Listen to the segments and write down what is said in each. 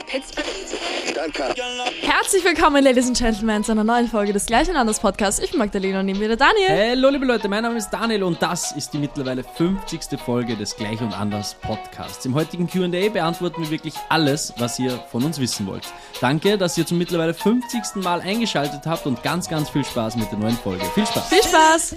Herzlich willkommen, Ladies and Gentlemen, zu einer neuen Folge des Gleich und Anders Podcasts. Ich bin Magdalena und neben mir der Daniel. Hallo liebe Leute, mein Name ist Daniel und das ist die mittlerweile 50. Folge des Gleich und Anders Podcasts. Im heutigen Q&A beantworten wir wirklich alles, was ihr von uns wissen wollt. Danke, dass ihr zum mittlerweile 50. Mal eingeschaltet habt und ganz, ganz viel Spaß mit der neuen Folge. Viel Spaß! Viel Spaß!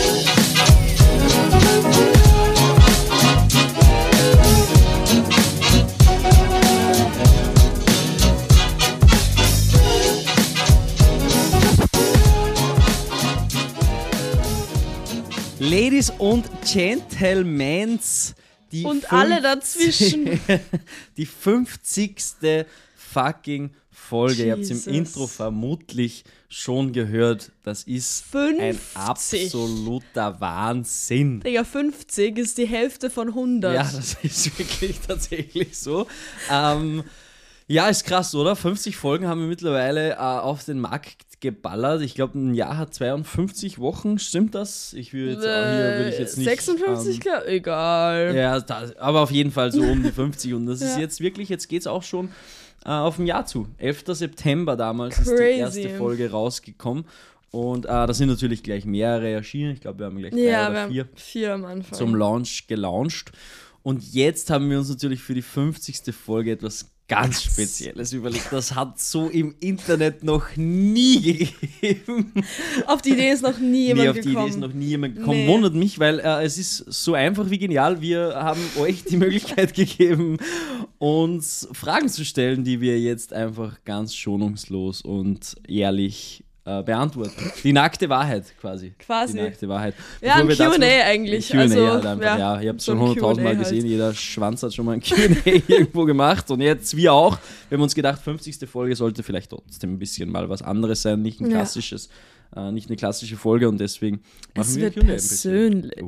Ladies und Gentlemen, und alle dazwischen. Die 50. fucking Folge. Ihr habt es Jesus. im Intro vermutlich schon gehört. Das ist 50. ein absoluter Wahnsinn. Digga, 50 ist die Hälfte von 100. Ja, das ist wirklich tatsächlich so. Ja, ist krass, oder? 50 Folgen haben wir mittlerweile auf den Markt geballert. Ich glaube, ein Jahr hat 52 Wochen. Stimmt das? Würde ich jetzt nicht... 56? Egal. Ja, aber auf jeden Fall so um die 50. Und das ist jetzt wirklich, jetzt geht es auch schon auf ein Jahr zu. 11. September damals ist die erste Folge rausgekommen. Und da sind natürlich gleich mehrere erschienen. Ich glaube, wir haben gleich 3 oder 4 am Anfang. Zum Launch gelauncht. Und jetzt haben wir uns natürlich für die 50. Folge etwas ganz Spezielles überlegt. Das hat so im Internet noch nie gegeben. Auf die Idee ist noch nie jemand gekommen. Auf die Idee ist noch nie jemand gekommen. Nee. Wundert mich, weil es ist so einfach wie genial. Wir haben euch die Möglichkeit gegeben, uns Fragen zu stellen, die wir jetzt einfach ganz schonungslos und ehrlich beantworten. Die nackte Wahrheit quasi. Die nackte Wahrheit. Ja, ein Q&A eigentlich. Q&A also, halt einfach, ja. Ihr habt es schon 100.000 Mal gesehen. Halt. Jeder Schwanz hat schon mal ein Q&A irgendwo gemacht. Und jetzt wir auch. Wir haben uns gedacht, 50. Folge sollte vielleicht trotzdem ein bisschen mal was anderes sein. Nicht ein klassisches, nicht eine klassische Folge. Und deswegen machen wir ein Q&A persönlich.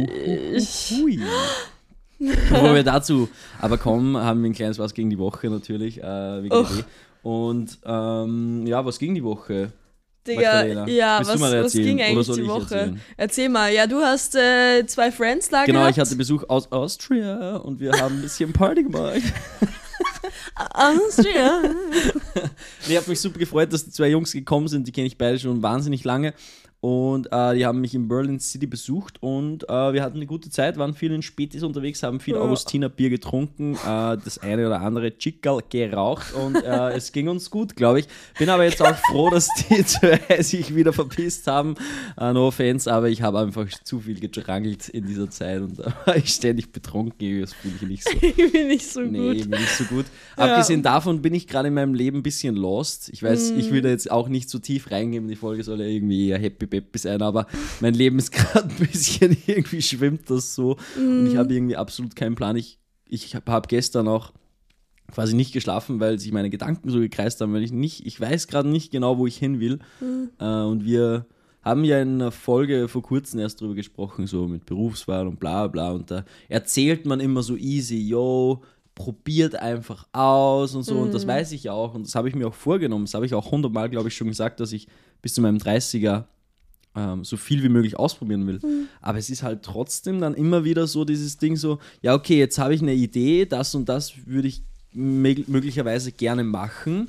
Bevor wir dazu aber kommen, haben wir ein kleines Was gegen die Woche natürlich. Und was ging die Woche? Digga, ja, was ging eigentlich die Woche? Erzähl mal. Ja, du hast 2 Friends da gehabt. Genau, ich hatte Besuch aus Austria und wir haben ein bisschen Party gemacht. Austria? Ich habe mich super gefreut, dass die 2 Jungs gekommen sind. Die kenne ich beide schon wahnsinnig lange. Und die haben mich in Berlin City besucht und wir hatten eine gute Zeit, waren viel in Spätis unterwegs, haben viel Augustiner Bier getrunken, das eine oder andere Chickerl geraucht und es ging uns gut, glaube ich. Bin aber jetzt auch froh, dass die 2 sich wieder verpisst haben. No offense, aber ich habe einfach zu viel gedrangelt in dieser Zeit und da war ich ständig betrunken. Das fühle ich nicht so. Ich bin nicht so gut. Nee, bin nicht so gut. Abgesehen davon bin ich gerade in meinem Leben ein bisschen lost. Ich weiß, ich will da jetzt auch nicht so tief reingehen. Die Folge soll ja irgendwie happy sein, aber mein Leben ist gerade ein bisschen, irgendwie schwimmt das so und ich habe irgendwie absolut keinen Plan. Ich habe gestern auch quasi nicht geschlafen, weil sich meine Gedanken so gekreist haben, weil ich weiß gerade nicht genau, wo ich hin will. Und wir haben ja in einer Folge vor kurzem erst drüber gesprochen, so mit Berufswahl und bla bla, und da erzählt man immer so easy, probiert einfach aus und so, und das weiß ich auch und das habe ich mir auch vorgenommen, das habe ich auch 100-mal, glaube ich, schon gesagt, dass ich bis zu meinem 30er so viel wie möglich ausprobieren will. Aber es ist halt trotzdem dann immer wieder so dieses Ding so, ja okay, jetzt habe ich eine Idee, das und das würde ich möglicherweise gerne machen.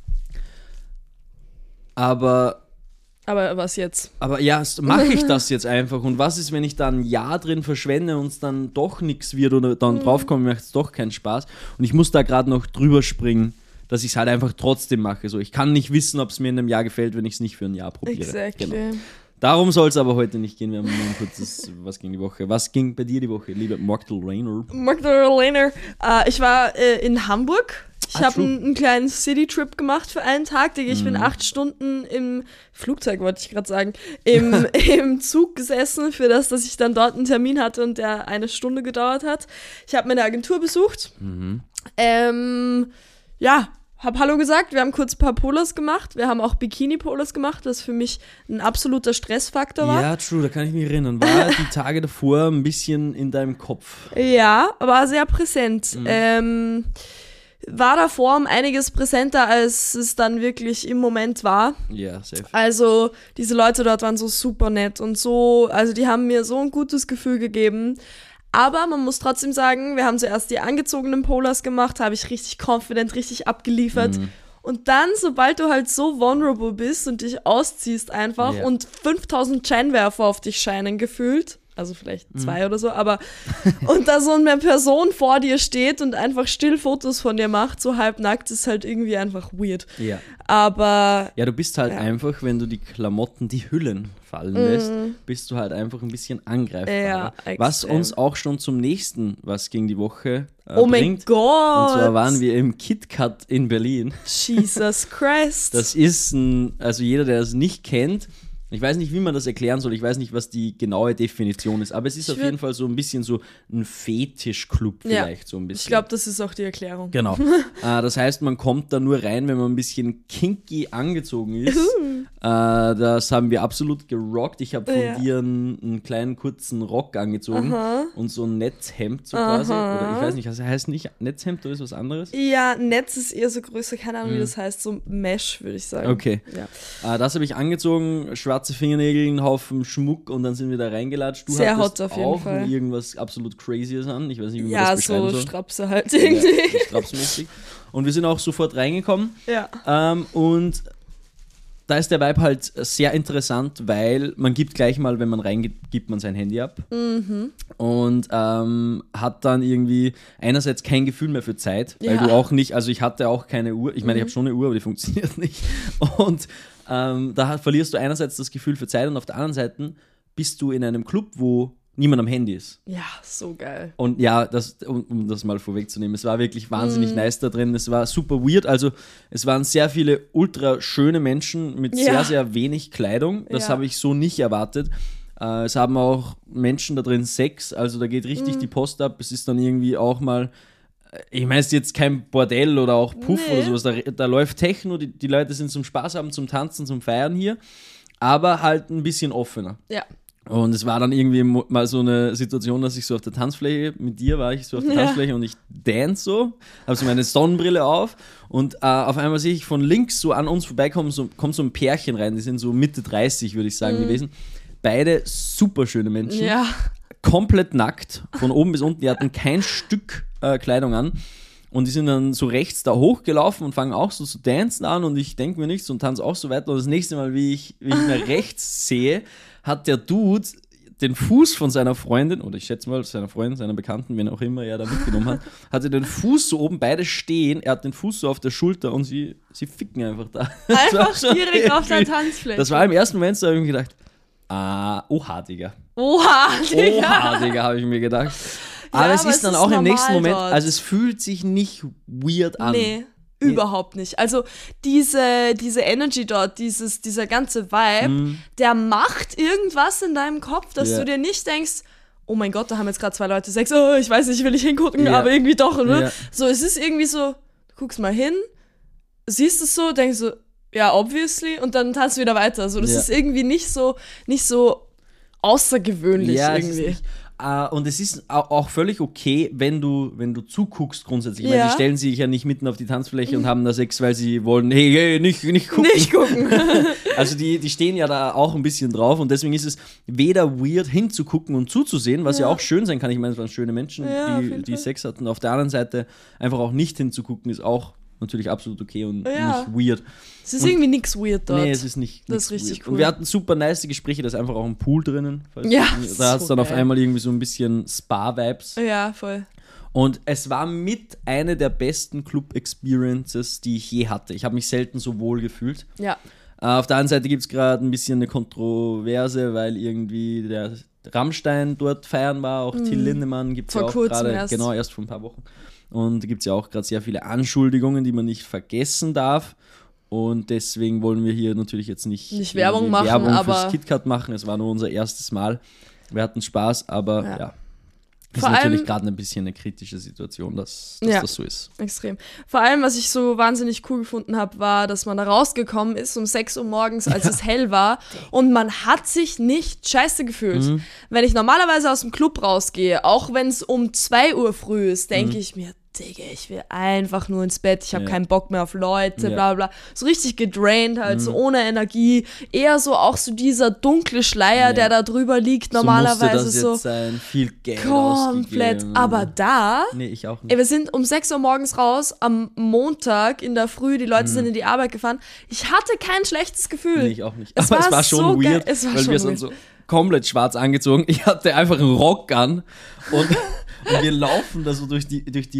Aber was jetzt? Aber ja, mache ich das jetzt einfach? Und was ist, wenn ich da ein Jahr drin verschwende und es dann doch nichts wird oder dann draufkomme, macht es doch keinen Spaß? Und ich muss da gerade noch drüber springen, dass ich es halt einfach trotzdem mache. So, ich kann nicht wissen, ob es mir in einem Jahr gefällt, wenn ich es nicht für ein Jahr probiere. Exactly. Genau. Darum soll es aber heute nicht gehen. Wir haben nur ein kurzes Was ging die Woche. Was ging bei dir die Woche, liebe Magdalena? Ich war in Hamburg. Ich habe einen kleinen City-Trip gemacht für einen Tag. Ich bin 8 Stunden im Flugzeug, wollte ich gerade sagen, im Zug gesessen, für das, dass ich dann dort einen Termin hatte und der 1 Stunde gedauert hat. Ich habe meine Agentur besucht. Hab Hallo gesagt, wir haben kurz ein paar Polos gemacht, wir haben auch Bikini-Polos gemacht, was für mich ein absoluter Stressfaktor war. Ja, true, da kann ich mich erinnern. War die Tage davor ein bisschen in deinem Kopf? Ja, war sehr präsent. War davor um einiges präsenter, als es dann wirklich im Moment war. Ja, safe. Also diese Leute dort waren so super nett und so, also die haben mir so ein gutes Gefühl gegeben. Aber man muss trotzdem sagen, wir haben zuerst die angezogenen Polars gemacht, habe ich richtig confident, richtig abgeliefert. Und dann, sobald du halt so vulnerable bist und dich ausziehst einfach und 5000 Scheinwerfer auf dich scheinen gefühlt, also vielleicht 2 oder so, aber und da so eine Person vor dir steht und einfach still Fotos von dir macht, so halbnackt, ist halt irgendwie einfach weird. Ja. Aber ja, du bist halt einfach, wenn du die Klamotten, die Hüllen fallen lässt, bist du halt einfach ein bisschen angreifbar. Ja, was uns auch schon zum nächsten, was gegen die Woche oh bringt. mein Gott! Und zwar waren wir im KitKat in Berlin. Jesus Christ! Das ist also jeder, der das nicht kennt, ich weiß nicht, wie man das erklären soll, ich weiß nicht, was die genaue Definition ist, aber es ist auf jeden Fall so ein bisschen so ein Fetischclub vielleicht, so ein bisschen. Ich glaube, das ist auch die Erklärung. Genau. Das heißt, man kommt da nur rein, wenn man ein bisschen kinky angezogen ist. Das haben wir absolut gerockt. Ich habe von dir einen kleinen kurzen Rock angezogen und so ein Netzhemd so quasi. Oder ich weiß nicht, das heißt nicht Netzhemd oder ist was anderes? Ja, Netz ist eher so größer, keine Ahnung, wie das heißt, so Mesh, würde ich sagen. Okay. Ja. Das habe ich angezogen, schwarze Fingernägel, einen Haufen Schmuck und dann sind wir da reingelatscht. Du sehr hattest auf jeden auch Fall. Irgendwas absolut Crazyes an. Ich weiß nicht, wie man das beschreiben soll. Ja, so Strapse halt irgendwie. Ja, strapsmäßig. Und wir sind auch sofort reingekommen. Ja. Und da ist der Vibe halt sehr interessant, weil man gibt gleich mal, wenn man reingeht, gibt man sein Handy ab. Und hat dann irgendwie einerseits kein Gefühl mehr für Zeit, weil du auch nicht, also ich hatte auch keine Uhr. Ich meine, ich habe schon eine Uhr, aber die funktioniert nicht. Und da verlierst du einerseits das Gefühl für Zeit und auf der anderen Seite bist du in einem Club, wo niemand am Handy ist. Ja, so geil. Und ja, um das mal vorwegzunehmen, es war wirklich wahnsinnig nice da drin. Es war super weird. Also es waren sehr viele ultra schöne Menschen mit sehr, sehr wenig Kleidung. Das habe ich so nicht erwartet. Es haben auch Menschen da drin Sex. Also da geht richtig die Post ab. Es ist dann irgendwie auch mal, ich meine, es ist jetzt kein Bordell oder auch Puff oder sowas. Da läuft Techno. Die Leute sind zum Spaß haben, zum Tanzen, zum Feiern hier. Aber halt ein bisschen offener. Ja. Und es war dann irgendwie mal so eine Situation, dass ich so auf der Tanzfläche, mit dir war ich so auf der Tanzfläche und ich dance so, habe so meine Sonnenbrille auf und auf einmal sehe ich von links so an uns vorbeikommen, kommt so ein Pärchen rein, die sind so Mitte 30, würde ich sagen, gewesen. Beide super schöne Menschen, komplett nackt, von oben bis unten, die hatten kein Stück Kleidung an. Und die sind dann so rechts da hochgelaufen und fangen auch so zu dancen an und ich denke mir nichts und tanze auch so weiter. Und das nächste Mal, wie ich nach rechts sehe, hat der Dude den Fuß von seiner Freundin, oder ich schätze mal seiner Freundin, seiner Bekannten, wen auch immer er da mitgenommen hat, hatte den Fuß so oben, beide stehen, er hat den Fuß so auf der Schulter und sie ficken einfach da. Einfach direkt auf der Tanzfläche. Das war im ersten Moment, so habe ich mir gedacht, oha, Digga. Oha, Digga, habe ich mir gedacht. Aber es ist dann auch im nächsten Moment, dort. also es fühlt sich nicht weird an. Nee, überhaupt nicht. Also diese Energy dort, dieser ganze Vibe, der macht irgendwas in deinem Kopf, dass du dir nicht denkst, oh mein Gott, da haben jetzt gerade 2 Leute Sex, oh, ich weiß nicht, will ich hingucken, aber irgendwie doch, ne? Ja. So, es ist irgendwie so, du guckst mal hin, siehst es so, denkst so, ja, obviously, und dann tanzt du wieder weiter. So, das ist irgendwie nicht so außergewöhnlich irgendwie. Und es ist auch völlig okay, wenn du zuguckst grundsätzlich. Ich meine, die stellen sich ja nicht mitten auf die Tanzfläche und haben da Sex, weil sie wollen, hey, nicht gucken. Nicht gucken. Also die stehen ja da auch ein bisschen drauf und deswegen ist es weder weird hinzugucken und zuzusehen, was ja auch schön sein kann. Ich meine, es waren schöne Menschen, die Sex hatten. Auf der anderen Seite einfach auch nicht hinzugucken ist auch natürlich absolut okay und nicht weird. Es ist irgendwie nichts weird dort. Nee, es ist nicht das ist richtig weird. cool. Und wir hatten super nice Gespräche, da ist einfach auch ein Pool drinnen. Ja, da hat es dann auf einmal irgendwie so ein bisschen Spa-Vibes. Ja, voll. Und es war mit einer der besten Club-Experiences, die ich je hatte. Ich habe mich selten so wohl gefühlt. Ja. Auf der anderen Seite gibt es gerade ein bisschen eine Kontroverse, weil irgendwie der Rammstein dort feiern war, auch Till Lindemann gibt es ja auch gerade, genau, erst vor ein paar Wochen. Und da gibt es ja auch gerade sehr viele Anschuldigungen, die man nicht vergessen darf. Und deswegen wollen wir hier natürlich jetzt nicht Werbung machen, aber fürs KitKat machen. Es war nur unser erstes Mal. Wir hatten Spaß, aber ja. Ist vor natürlich allem gerade ein bisschen eine kritische Situation, dass das so ist. Extrem. Vor allem, was ich so wahnsinnig cool gefunden habe, war, dass man da rausgekommen ist um 6 Uhr morgens, als es hell war und man hat sich nicht scheiße gefühlt. Wenn ich normalerweise aus dem Club rausgehe, auch wenn es um 2 Uhr früh ist, denke ich mir, Digga, ich will einfach nur ins Bett, ich habe Ja. keinen Bock mehr auf Leute, Ja. bla bla. So richtig gedraint halt, so ohne Energie. Eher so auch so dieser dunkle Schleier, der da drüber liegt, normalerweise so. Musste das so jetzt sein, viel Geld komplett. ausgegeben. Aber da, Nee, ich auch nicht. ey, wir sind um 6 Uhr morgens raus, am Montag in der Früh, die Leute sind in die Arbeit gefahren. Ich hatte kein schlechtes Gefühl. Nee, ich auch nicht. Es Aber es war war schon so geil. weird, Es war weil schon wir sind weird. so komplett schwarz angezogen. Ich hatte einfach einen Rock an und wir laufen da so durch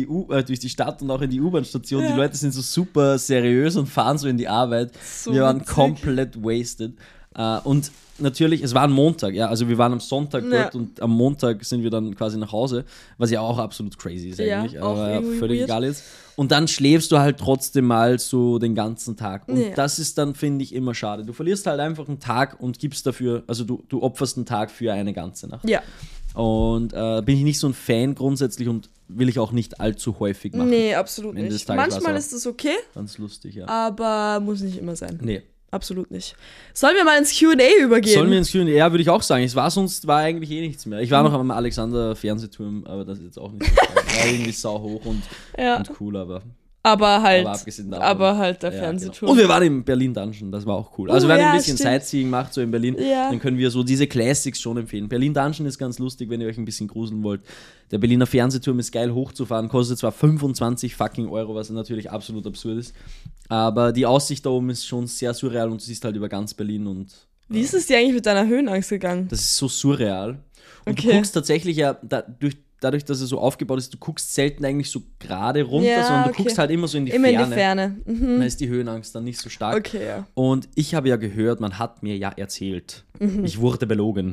die Stadt und auch in die U-Bahn-Station. Ja. Die Leute sind so super seriös und fahren so in die Arbeit. So wir waren witzig. komplett wasted. Und natürlich, es war ein Montag, ja, also wir waren am Sonntag dort und am Montag sind wir dann quasi nach Hause, was ja auch absolut crazy ist Ja, eigentlich, auch aber irgendwie völlig weird. egal jetzt. Und dann schläfst du halt trotzdem mal so den ganzen Tag. Und Ja. das ist dann, finde ich, immer schade. Du verlierst halt einfach einen Tag und gibst dafür, also du opferst einen Tag für eine ganze Nacht. Ja. Und bin ich nicht so ein Fan grundsätzlich und will ich auch nicht allzu häufig machen. Nee, absolut Ende des nicht. Tages Manchmal war's ist es okay, Ganz lustig, ja. aber muss nicht immer sein. Nee. Absolut nicht. Sollen wir mal ins Q&A übergehen? Sollen wir ins Q&A? Ja, würde ich auch sagen. Sonst war eigentlich eh nichts mehr. Ich war noch am Alexander Fernsehturm, aber das ist jetzt auch nicht so geil. War irgendwie sau hoch und cool, aber aber abgesehen davon. aber halt der Ja, Fernsehturm. genau. Und wir waren im Berlin Dungeon, das war auch cool. Also wenn ihr ja, ein bisschen stimmt. Sightseeing macht, so in Berlin, Ja. dann können wir so diese Classics schon empfehlen. Berlin Dungeon ist ganz lustig, wenn ihr euch ein bisschen gruseln wollt. Der Berliner Fernsehturm ist geil hochzufahren, kostet zwar 25 fucking Euro, was natürlich absolut absurd ist, aber die Aussicht da oben ist schon sehr surreal und du siehst halt über ganz Berlin und Wie ist es dir eigentlich mit deiner Höhenangst gegangen? das ist so surreal. Und Okay. du guckst tatsächlich ja, dadurch, dass er so aufgebaut ist, du guckst selten eigentlich so gerade runter, Ja, sondern du okay. guckst halt immer so in die Immer Ferne. in die Ferne. Mhm. Da ist die Höhenangst dann nicht so stark. Okay, ja. Und ich habe ja gehört, man hat mir ja erzählt, Mhm. ich wurde belogen.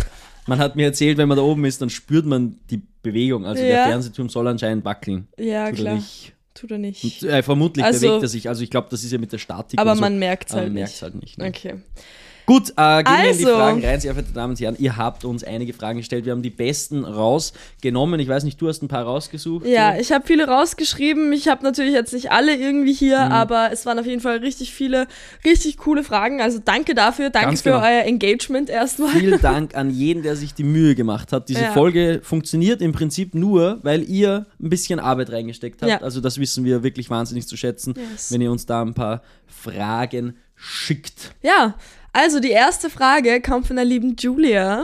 Man hat mir erzählt, wenn man da oben ist, dann spürt man die Bewegung. Also der Ja. Fernsehturm soll anscheinend wackeln. Ja, Tut er klar. nicht. Tut er nicht. Vermutlich Also- bewegt er sich. Also ich glaube, das ist ja mit der Statik. Aber und so. man merkt es Aber halt man nicht. merkt's halt nicht. Ne? Okay. Gut, gehen wir in die Also. Fragen rein, sehr verehrte Damen und Herren. Ihr habt uns einige Fragen gestellt. Wir haben die besten rausgenommen. Ich weiß nicht, du hast ein paar rausgesucht. Ja, ich habe viele rausgeschrieben. Ich habe natürlich jetzt nicht alle irgendwie hier, Mhm. aber es waren auf jeden Fall richtig viele, richtig coole Fragen. Also danke dafür. Danke Ganz für genau. euer Engagement erstmal. Vielen Dank an jeden, der sich die Mühe gemacht hat. Diese Ja. Folge funktioniert im Prinzip nur, weil ihr ein bisschen Arbeit reingesteckt habt. Ja. Also das wissen wir wirklich wahnsinnig zu schätzen, Yes. wenn ihr uns da ein paar Fragen schickt. Ja, also die erste Frage kommt von der lieben Julia.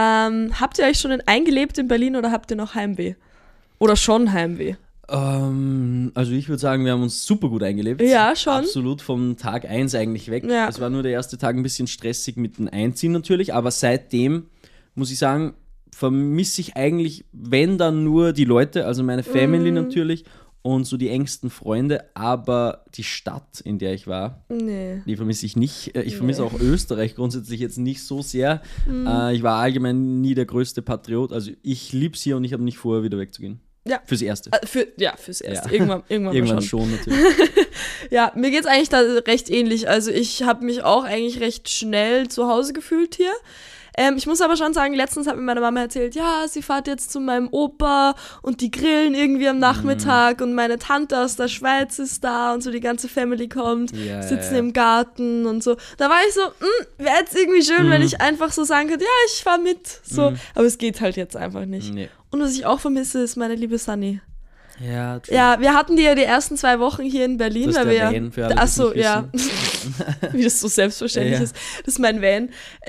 Habt ihr euch schon eingelebt in Berlin oder habt ihr noch Heimweh? Oder schon Heimweh? Also ich würde sagen, wir haben uns super gut eingelebt. Ja, schon. Absolut vom Tag 1 eigentlich weg. Ja. Es war nur der erste Tag ein bisschen stressig mit dem Einziehen natürlich, aber seitdem, muss ich sagen, vermisse ich eigentlich, wenn dann nur die Leute, also meine Family natürlich und so die engsten Freunde, aber die Stadt, in der ich war, Nee. die vermisse ich nicht. Ich vermisse auch Österreich grundsätzlich jetzt nicht so sehr. Mhm. Ich war allgemein nie der größte Patriot, also ich liebe es hier und ich habe nicht vor, wieder wegzugehen. Ja. Fürs Erste. Fürs Erste. Ja. Irgendwann Irgendwann schon. schon natürlich. Ja, mir geht's eigentlich da recht ähnlich. Also ich habe mich auch eigentlich recht schnell zu Hause gefühlt hier. Ich muss aber schon sagen, letztens hat mir meine Mama erzählt, ja, sie fährt jetzt zu meinem Opa und die grillen irgendwie am Nachmittag und meine Tante aus der Schweiz ist da und so die ganze Family kommt, Ja, sitzen ja. im Garten und so. Da war ich so, wäre jetzt irgendwie schön, wenn ich einfach so sagen könnte, ja, ich fahr mit. So. Aber es geht halt jetzt einfach nicht. Nee. Und was ich auch vermisse, ist meine liebe Sunny. Ja, true. Ja, wir hatten die ja die ersten 2 Wochen hier in Berlin, Das ist weil der wir Van, für alle, die Achso, es nicht ja. Wie das so selbstverständlich Ja. ist. Das ist mein Van.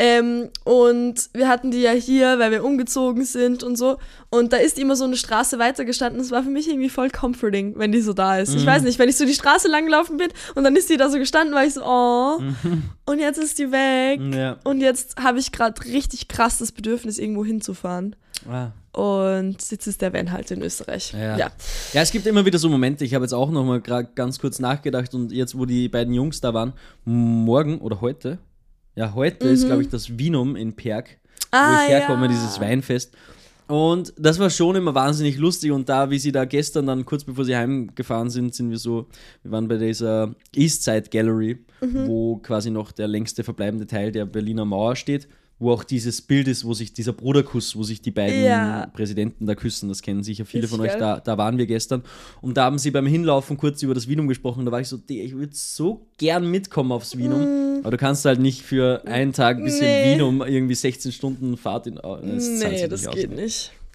Und wir hatten die ja hier, weil wir umgezogen sind und so. Und da ist immer so eine Straße weitergestanden. Das war für mich irgendwie voll comforting, wenn die so da ist. Ich weiß nicht, wenn ich so die Straße langgelaufen bin und dann ist die da so gestanden, war ich so, oh. Und jetzt ist die weg. Ja. Und jetzt habe ich gerade richtig krass das Bedürfnis, irgendwo hinzufahren. Ah. Und jetzt ist der Van halt in Österreich. Ja. Ja. Ja, es gibt immer wieder so Momente, ich habe jetzt auch noch mal gerade ganz kurz nachgedacht und jetzt, wo die beiden Jungs da waren, morgen oder heute, ja, heute ist, glaube ich, das Vinum in Perg, wo ich herkomme, dieses Weinfest. Und das war schon immer wahnsinnig lustig und da, wie sie da gestern dann, kurz bevor sie heimgefahren sind, wir waren bei dieser Eastside Gallery, wo quasi noch der längste verbleibende Teil der Berliner Mauer steht, wo auch dieses Bild ist, wo sich dieser Bruderkuss, wo sich die beiden Präsidenten da küssen, das kennen sicher viele von euch, da waren wir gestern. Und da haben sie beim Hinlaufen kurz über das Vinum gesprochen, da war ich so, ich würde so gern mitkommen aufs Vinum, aber du kannst halt nicht für einen Tag ein bisschen Vinum irgendwie 16 Stunden Fahrt in... Nee, das geht nicht.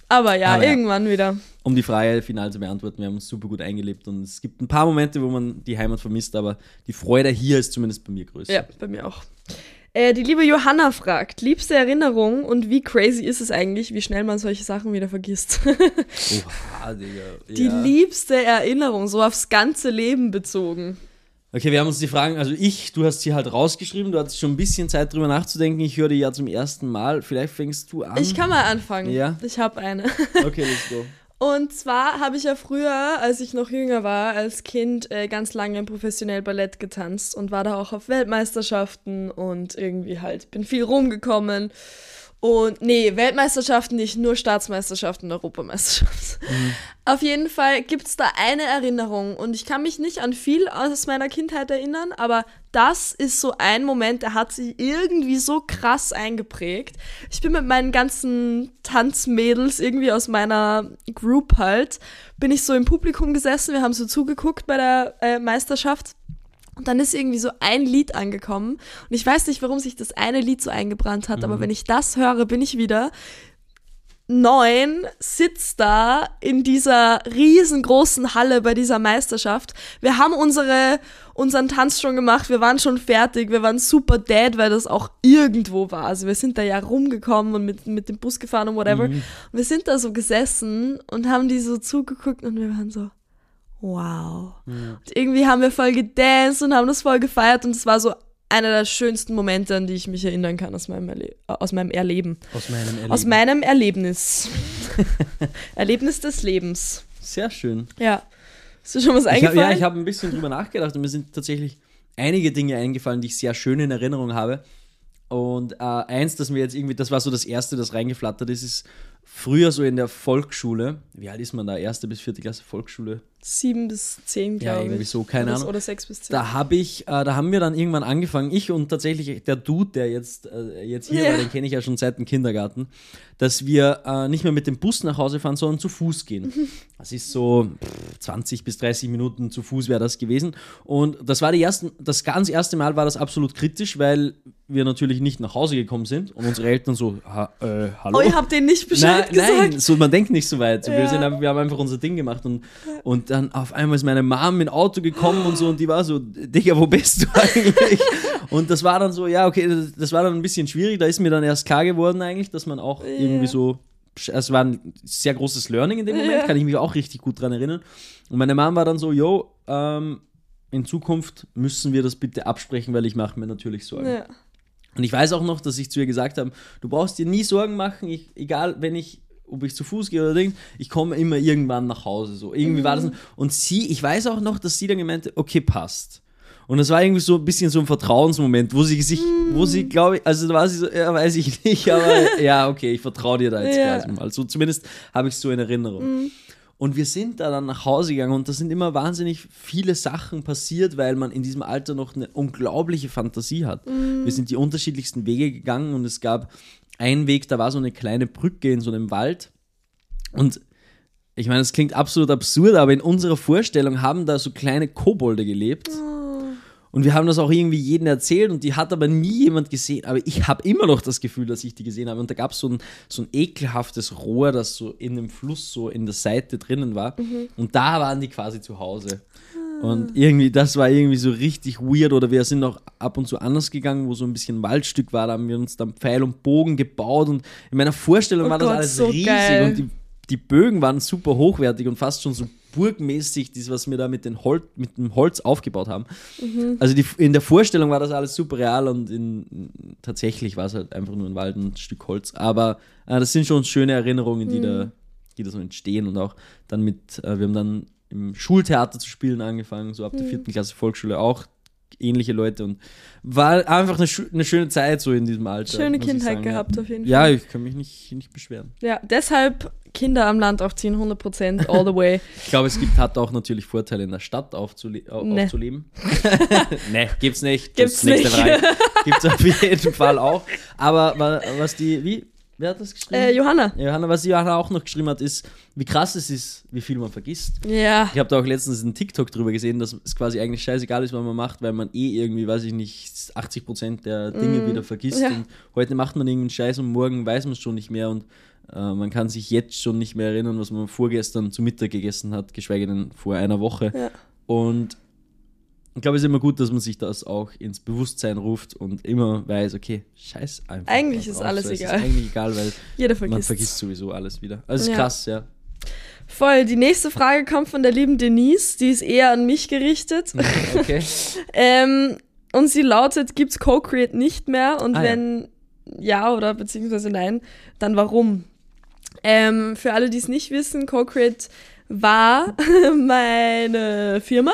Aber ja, irgendwann wieder. Um die Frage final zu beantworten, wir haben uns super gut eingelebt und es gibt ein paar Momente, wo man die Heimat vermisst, aber die Freude hier ist zumindest bei mir größer. Ja, bei mir auch. Die liebe Johanna fragt, liebste Erinnerung und wie crazy ist es eigentlich, wie schnell man solche Sachen wieder vergisst? Oha, Digga. Ja. Die liebste Erinnerung, so aufs ganze Leben bezogen. Okay, wir haben uns die Fragen, also du hast sie halt rausgeschrieben, du hattest schon ein bisschen Zeit drüber nachzudenken, ich höre die ja zum ersten Mal, vielleicht fängst du an. Ich kann mal anfangen, ja? Ich habe eine. Okay, let's go. Und zwar habe ich ja früher, als ich noch jünger war, als Kind ganz lange professionell Ballett getanzt und war da auch auf Weltmeisterschaften und irgendwie halt bin viel rumgekommen. Und Weltmeisterschaften nicht, nur Staatsmeisterschaften, Europameisterschaften. Auf jeden Fall gibt es da eine Erinnerung und ich kann mich nicht an viel aus meiner Kindheit erinnern, aber das ist so ein Moment, der hat sich irgendwie so krass eingeprägt. Ich bin mit meinen ganzen Tanzmädels irgendwie aus meiner Group halt, bin ich so im Publikum gesessen, wir haben so zugeguckt bei der Meisterschaft. Und dann ist irgendwie so ein Lied angekommen. Und ich weiß nicht, warum sich das eine Lied so eingebrannt hat, aber wenn ich das höre, bin ich wieder 9, sitzt da in dieser riesengroßen Halle bei dieser Meisterschaft. Wir haben unseren Tanz schon gemacht, wir waren schon fertig, wir waren super dead, weil das auch irgendwo war. Also wir sind da ja rumgekommen und mit dem Bus gefahren und whatever. Und wir sind da so gesessen und haben die so zugeguckt und wir waren so, wow. Ja. Und irgendwie haben wir voll gedanced und haben das voll gefeiert und es war so einer der schönsten Momente, an die ich mich erinnern kann aus meinem Erleben. Aus meinem Erlebnis. Erlebnis des Lebens. Sehr schön. Ja. Ist dir schon was eingefallen? Ich habe ein bisschen drüber nachgedacht und mir sind tatsächlich einige Dinge eingefallen, die ich sehr schön in Erinnerung habe. Und eins, das mir jetzt irgendwie, das war so das Erste, das reingeflattert ist früher so in der Volksschule. Wie alt ist man da? 1. bis 4. Klasse Volksschule? 7 bis 10, glaube ich. Ja, irgendwie so, keine Ahnung. Oder 6 bis 10. Da haben wir dann irgendwann angefangen, ich und tatsächlich der Dude, der jetzt hier war, den kenne ich ja schon seit dem Kindergarten, dass wir nicht mehr mit dem Bus nach Hause fahren, sondern zu Fuß gehen. Das ist so 20 bis 30 Minuten zu Fuß wäre das gewesen. Und das war das ganz erste Mal war das absolut kritisch, weil wir natürlich nicht nach Hause gekommen sind und unsere Eltern so, hallo? Oh, ihr habt denen nicht Bescheid gesagt? Nein, so, man denkt nicht so weit. Ja. Wir haben einfach unser Ding gemacht und dann auf einmal ist meine Mom mit dem Auto gekommen und so und die war so, Digga, wo bist du eigentlich? Und das war dann so, ja, okay, das war dann ein bisschen schwierig. Da ist mir dann erst klar geworden eigentlich, dass man auch irgendwie so, es war ein sehr großes Learning in dem Moment, kann ich mich auch richtig gut dran erinnern. Und meine Mom war dann so, in Zukunft müssen wir das bitte absprechen, weil ich mache mir natürlich Sorgen. Ja. Und ich weiß auch noch, dass ich zu ihr gesagt habe, du brauchst dir nie Sorgen machen, egal, ob ich zu Fuß gehe oder Ding, ich komme immer irgendwann nach Hause. So. Irgendwie war das. Und ich weiß auch noch, dass sie dann gemeint hat, okay, passt. Und das war irgendwie so ein bisschen so ein Vertrauensmoment, wo sie, glaube ich, also da war sie so, ja, weiß ich nicht, aber ja, okay, ich vertraue dir da jetzt quasi mal. So, zumindest habe ich es so in Erinnerung. Und wir sind da dann nach Hause gegangen und da sind immer wahnsinnig viele Sachen passiert, weil man in diesem Alter noch eine unglaubliche Fantasie hat. Wir sind die unterschiedlichsten Wege gegangen und es gab einen Weg, da war so eine kleine Brücke in so einem Wald und ich meine, das klingt absolut absurd, aber in unserer Vorstellung haben da so kleine Kobolde gelebt. Und wir haben das auch irgendwie jedem erzählt und die hat aber nie jemand gesehen. Aber ich habe immer noch das Gefühl, dass ich die gesehen habe. Und da gab es so ein ekelhaftes Rohr, das so in dem Fluss so in der Seite drinnen war. Und da waren die quasi zu Hause. Und irgendwie, das war irgendwie so richtig weird. Oder wir sind auch ab und zu anders gegangen, wo so ein bisschen ein Waldstück war. Da haben wir uns dann Pfeil und Bogen gebaut. Und in meiner Vorstellung war das alles so riesig. Geil. Und die Bögen waren super hochwertig und fast schon so burgmäßig, das, was wir da mit dem Holz aufgebaut haben. Also in der Vorstellung war das alles super real und tatsächlich war es halt einfach nur ein Wald und ein Stück Holz. Aber das sind schon schöne Erinnerungen, die da so entstehen. Und auch dann wir haben dann im Schultheater zu spielen angefangen, so ab der 4. Klasse Volksschule auch. Ähnliche Leute und war einfach eine schöne Zeit so in diesem Alter. Schöne Kindheit gehabt auf jeden Fall. Ja, ich kann mich nicht beschweren. Ja, deshalb Kinder am Land aufziehen, 100% all the way. Ich glaube, hat auch natürlich Vorteile, in der Stadt aufzuleben. Nee, gibt's nicht. Gibt's nicht. Gibt's auf jeden Fall auch. Aber wie? Wer hat das geschrieben? Johanna. Johanna, was Johanna auch noch geschrieben hat, ist, wie krass es ist, wie viel man vergisst. Ja. Ich habe da auch letztens einen TikTok drüber gesehen, dass es quasi eigentlich scheißegal ist, was man macht, weil man irgendwie, weiß ich nicht, 80% der Dinge wieder vergisst. Ja. Und heute macht man irgendeinen Scheiß und morgen weiß man es schon nicht mehr und man kann sich jetzt schon nicht mehr erinnern, was man vorgestern zu Mittag gegessen hat, geschweige denn vor einer Woche. Ja. Und ich glaube, es ist immer gut, dass man sich das auch ins Bewusstsein ruft und immer weiß, okay, scheiß einfach. Eigentlich ist alles egal. Es ist eigentlich egal, weil Jeder vergisst. man vergisst sowieso alles wieder. Also ist krass, ja. Voll. Die nächste Frage kommt von der lieben Denise. Die ist eher an mich gerichtet. Okay. Und sie lautet, gibt's Co-Create nicht mehr? Und wenn ja oder beziehungsweise nein, dann warum? Für alle, die es nicht wissen, Co-Create war meine Firma.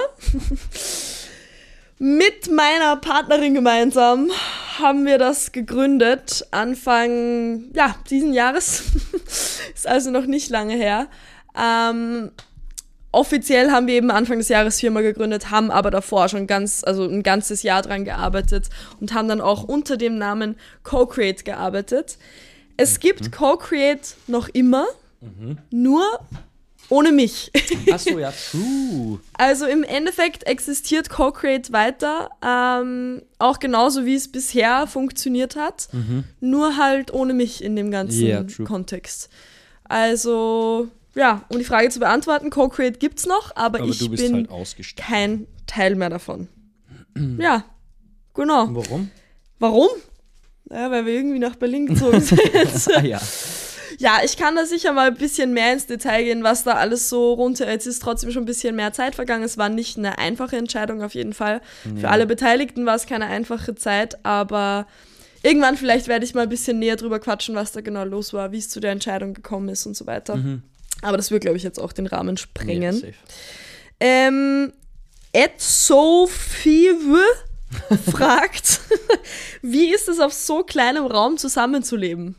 Mit meiner Partnerin gemeinsam haben wir das gegründet, Anfang diesen Jahres. Ist also noch nicht lange her. Offiziell haben wir eben Anfang des Jahres Firma gegründet, haben aber davor schon ein ganzes Jahr dran gearbeitet und haben dann auch unter dem Namen Co-Create gearbeitet. Es gibt Co-Create noch immer, nur ohne mich. Achso, ja, true. Also im Endeffekt existiert Co-Create weiter, auch genauso wie es bisher funktioniert hat, nur halt ohne mich in dem ganzen Kontext. Also, ja, um die Frage zu beantworten, Co-Create gibt's noch, aber ich bin halt kein Teil mehr davon. Ja, genau. Warum? Ja, weil wir irgendwie nach Berlin gezogen sind. Ja, ich kann da sicher mal ein bisschen mehr ins Detail gehen, was da alles so runter. Jetzt ist trotzdem schon ein bisschen mehr Zeit vergangen. Es war nicht eine einfache Entscheidung auf jeden Fall. Nee. Für alle Beteiligten war es keine einfache Zeit, aber irgendwann vielleicht werde ich mal ein bisschen näher drüber quatschen, was da genau los war, wie es zu der Entscheidung gekommen ist und so weiter. Aber das wird, glaube ich, jetzt auch den Rahmen sprengen. Sophie fragt, wie ist es auf so kleinem Raum zusammenzuleben?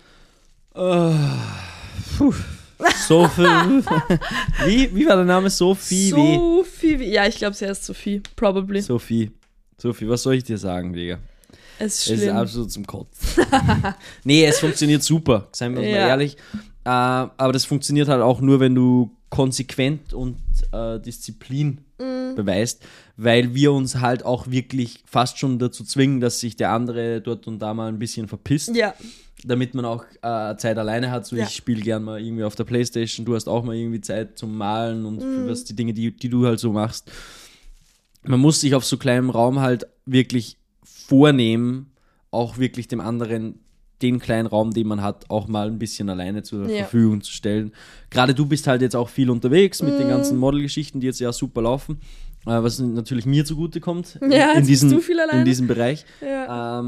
Sophie. Wie war der Name? Sophie? Ja, ich glaube, sie heißt Sophie. Probably. Sophie, was soll ich dir sagen, Digga? Es ist schlimm. Es ist absolut zum Kotzen. Nee, es funktioniert super, seien wir uns mal ehrlich. Aber das funktioniert halt auch nur, wenn du konsequent und Disziplin beweist, weil wir uns halt auch wirklich fast schon dazu zwingen, dass sich der andere dort und da mal ein bisschen verpisst. Ja. Damit man auch Zeit alleine hat. So, ich spiele gern mal irgendwie auf der Playstation, du hast auch mal irgendwie Zeit zum Malen und was die Dinge, die du halt so machst. Man muss sich auf so kleinem Raum halt wirklich vornehmen, auch wirklich dem anderen den kleinen Raum, den man hat, auch mal ein bisschen alleine zur Verfügung zu stellen. Gerade du bist halt jetzt auch viel unterwegs mit den ganzen Modelgeschichten, die jetzt ja super laufen, was natürlich mir zugutekommt in diesem Bereich. Ja.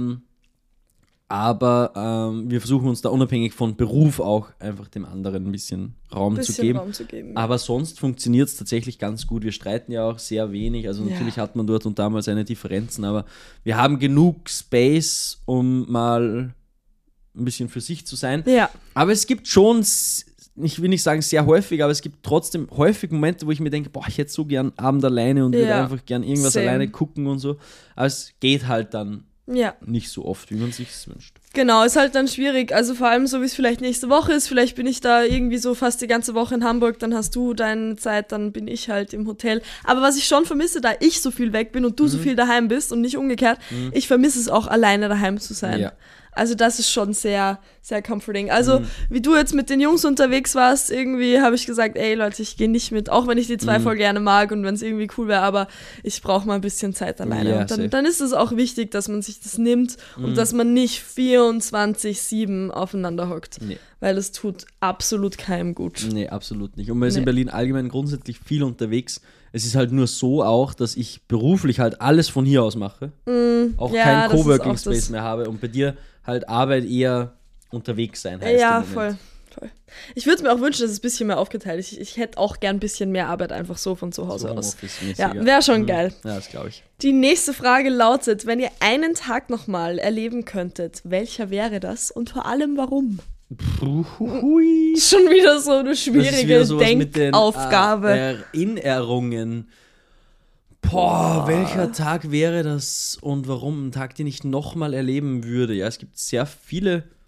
Aber wir versuchen uns da unabhängig von Beruf auch einfach dem anderen ein bisschen Raum zu geben. Aber sonst funktioniert es tatsächlich ganz gut. Wir streiten ja auch sehr wenig. Also natürlich hat man dort und da mal seine Differenzen, aber wir haben genug Space, um mal ein bisschen für sich zu sein. Ja. Aber es gibt schon, ich will nicht sagen sehr häufig, aber es gibt trotzdem häufig Momente, wo ich mir denke, boah, ich hätte so gern Abend alleine und würde einfach gern irgendwas alleine gucken und so. Aber es geht halt dann nicht so oft, wie man sich es wünscht. Genau, ist halt dann schwierig. Also vor allem so, wie es vielleicht nächste Woche ist. Vielleicht bin ich da irgendwie so fast die ganze Woche in Hamburg, dann hast du deine Zeit, dann bin ich halt im Hotel. Aber was ich schon vermisse, da ich so viel weg bin und du so viel daheim bist und nicht umgekehrt, ich vermisse es auch, alleine daheim zu sein. Ja. Also das ist schon sehr, sehr comforting. Also wie du jetzt mit den Jungs unterwegs warst, irgendwie habe ich gesagt, ey Leute, ich gehe nicht mit, auch wenn ich die zwei voll gerne mag und wenn es irgendwie cool wäre, aber ich brauche mal ein bisschen Zeit alleine. Ja, und dann ist es auch wichtig, dass man sich das nimmt und dass man nicht 24/7 aufeinander hockt. Nee. Weil es tut absolut keinem gut. Nee, absolut nicht. Und man ist in Berlin allgemein grundsätzlich viel unterwegs. Es ist halt nur so auch, dass ich beruflich halt alles von hier aus mache. Auch keinen Coworking-Space mehr habe und bei dir halt Arbeit eher unterwegs sein heißt. Ja, voll. Ich würde mir auch wünschen, dass es ein bisschen mehr aufgeteilt ist. Ich hätte auch gern ein bisschen mehr Arbeit einfach so von zu Hause aus. Ja, wäre schon geil. Ja, das glaube ich. Die nächste Frage lautet, wenn ihr einen Tag nochmal erleben könntet, welcher wäre das und vor allem warum? Hui. Schon wieder so eine schwierige Denkaufgabe. Erinnerungen. Boah, welcher Tag wäre das und warum? Ein Tag, den ich nochmal erleben würde. Ja, es gibt sehr viele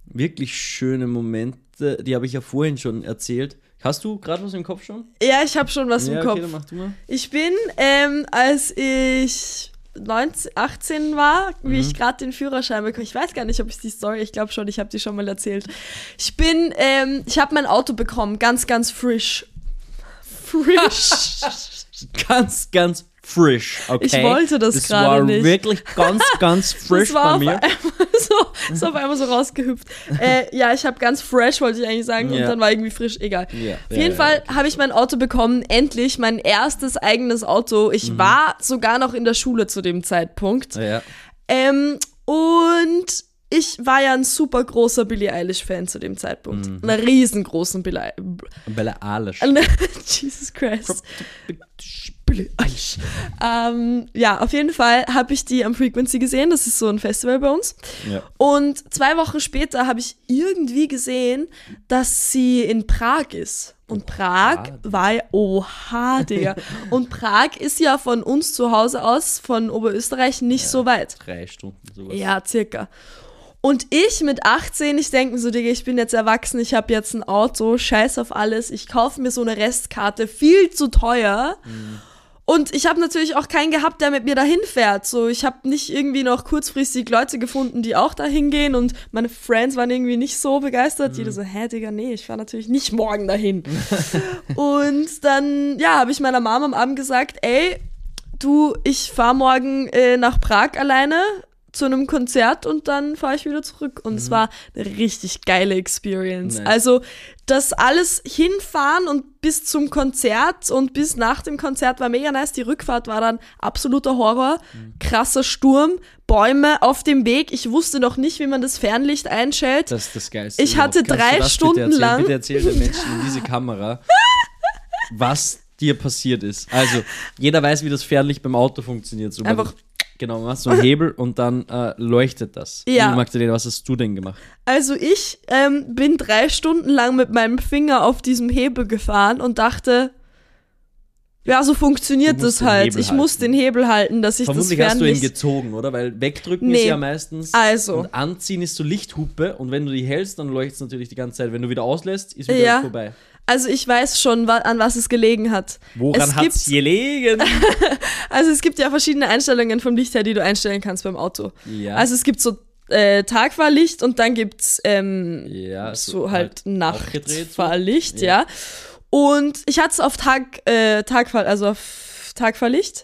wirklich schöne Momente, die habe ich ja vorhin schon erzählt. Hast du gerade was im Kopf schon? Ja, ich habe schon was im Kopf. Okay, dann mach du mal. Ich bin, als ich 18 war, wie ich gerade den Führerschein bekomme. Ich weiß gar nicht, ob ich die Story, ich glaube schon, ich habe die schon mal erzählt. Ich habe mein Auto bekommen, ganz, ganz frisch. Ganz, ganz frisch, okay? Ich wollte das gerade nicht. Das war wirklich ganz, ganz frisch bei mir. Das war auf einmal so rausgehüpft. Ja, ich habe ganz fresh, wollte ich eigentlich sagen, und dann war irgendwie frisch, egal. Auf jeden Fall habe ich mein Auto bekommen, endlich, mein erstes eigenes Auto. Ich war sogar noch in der Schule zu dem Zeitpunkt. Ja. Und ich war ja ein super großer Billie Eilish-Fan zu dem Zeitpunkt. Einen riesengroßen Billie Eilish. Jesus Christ. Billie Eilish. Ja, auf jeden Fall habe ich die am Frequency gesehen. Das ist so ein Festival bei uns. Ja. Und 2 Wochen später habe ich irgendwie gesehen, dass sie in Prag ist. Und Prag war ja, oha, Digga. Und Prag ist ja von uns zu Hause aus, von Oberösterreich, nicht so weit. 3 Stunden sowas. Ja, circa. Und ich mit 18, ich denke mir so, Digga, ich bin jetzt erwachsen, ich habe jetzt ein Auto, scheiß auf alles, ich kaufe mir so eine Restkarte, viel zu teuer. Und ich habe natürlich auch keinen gehabt, der mit mir dahin fährt. So, ich habe nicht irgendwie noch kurzfristig Leute gefunden, die auch dahin gehen, und meine Friends waren irgendwie nicht so begeistert. Jeder so, Digga, nee, ich fahre natürlich nicht morgen dahin. Und dann, ja, habe ich meiner Mom am Abend gesagt, ey, du, ich fahre morgen nach Prag alleine zu einem Konzert und dann fahre ich wieder zurück. Und es war eine richtig geile Experience. Nice. Also das alles hinfahren und bis zum Konzert und bis nach dem Konzert war mega nice. Die Rückfahrt war dann absoluter Horror. Krasser Sturm, Bäume auf dem Weg. Ich wusste noch nicht, wie man das Fernlicht einstellt. Das ist das Geilste. Ich hatte 3 Stunden lang... Bitte erzähl den Menschen in diese Kamera, was dir passiert ist. Also, jeder weiß, wie das Fernlicht beim Auto funktioniert. So, Einfach... Genau, man macht so einen Hebel und dann leuchtet das. Ja. Magdalena, was hast du denn gemacht? Also ich bin 3 Stunden lang mit meinem Finger auf diesem Hebel gefahren und dachte, ja, so funktioniert das halt. Ich muss den Hebel halten, dass ich Vermutlich das hast du ihn Fernlicht... gezogen, oder? Weil wegdrücken ist ja meistens... Also. Und anziehen ist so Lichthupe und wenn du die hältst, dann leuchtet es natürlich die ganze Zeit. Wenn du wieder auslässt, ist wieder vorbei. Also ich weiß schon, an was es gelegen hat. Woran hat es gelegen? Also es gibt ja verschiedene Einstellungen vom Licht her, die du einstellen kannst beim Auto. Ja. Also es gibt so Tagfahrlicht und dann gibt es so halt Nachtfahrlicht, ja. Und ich hatte es auf Tagfahrlicht.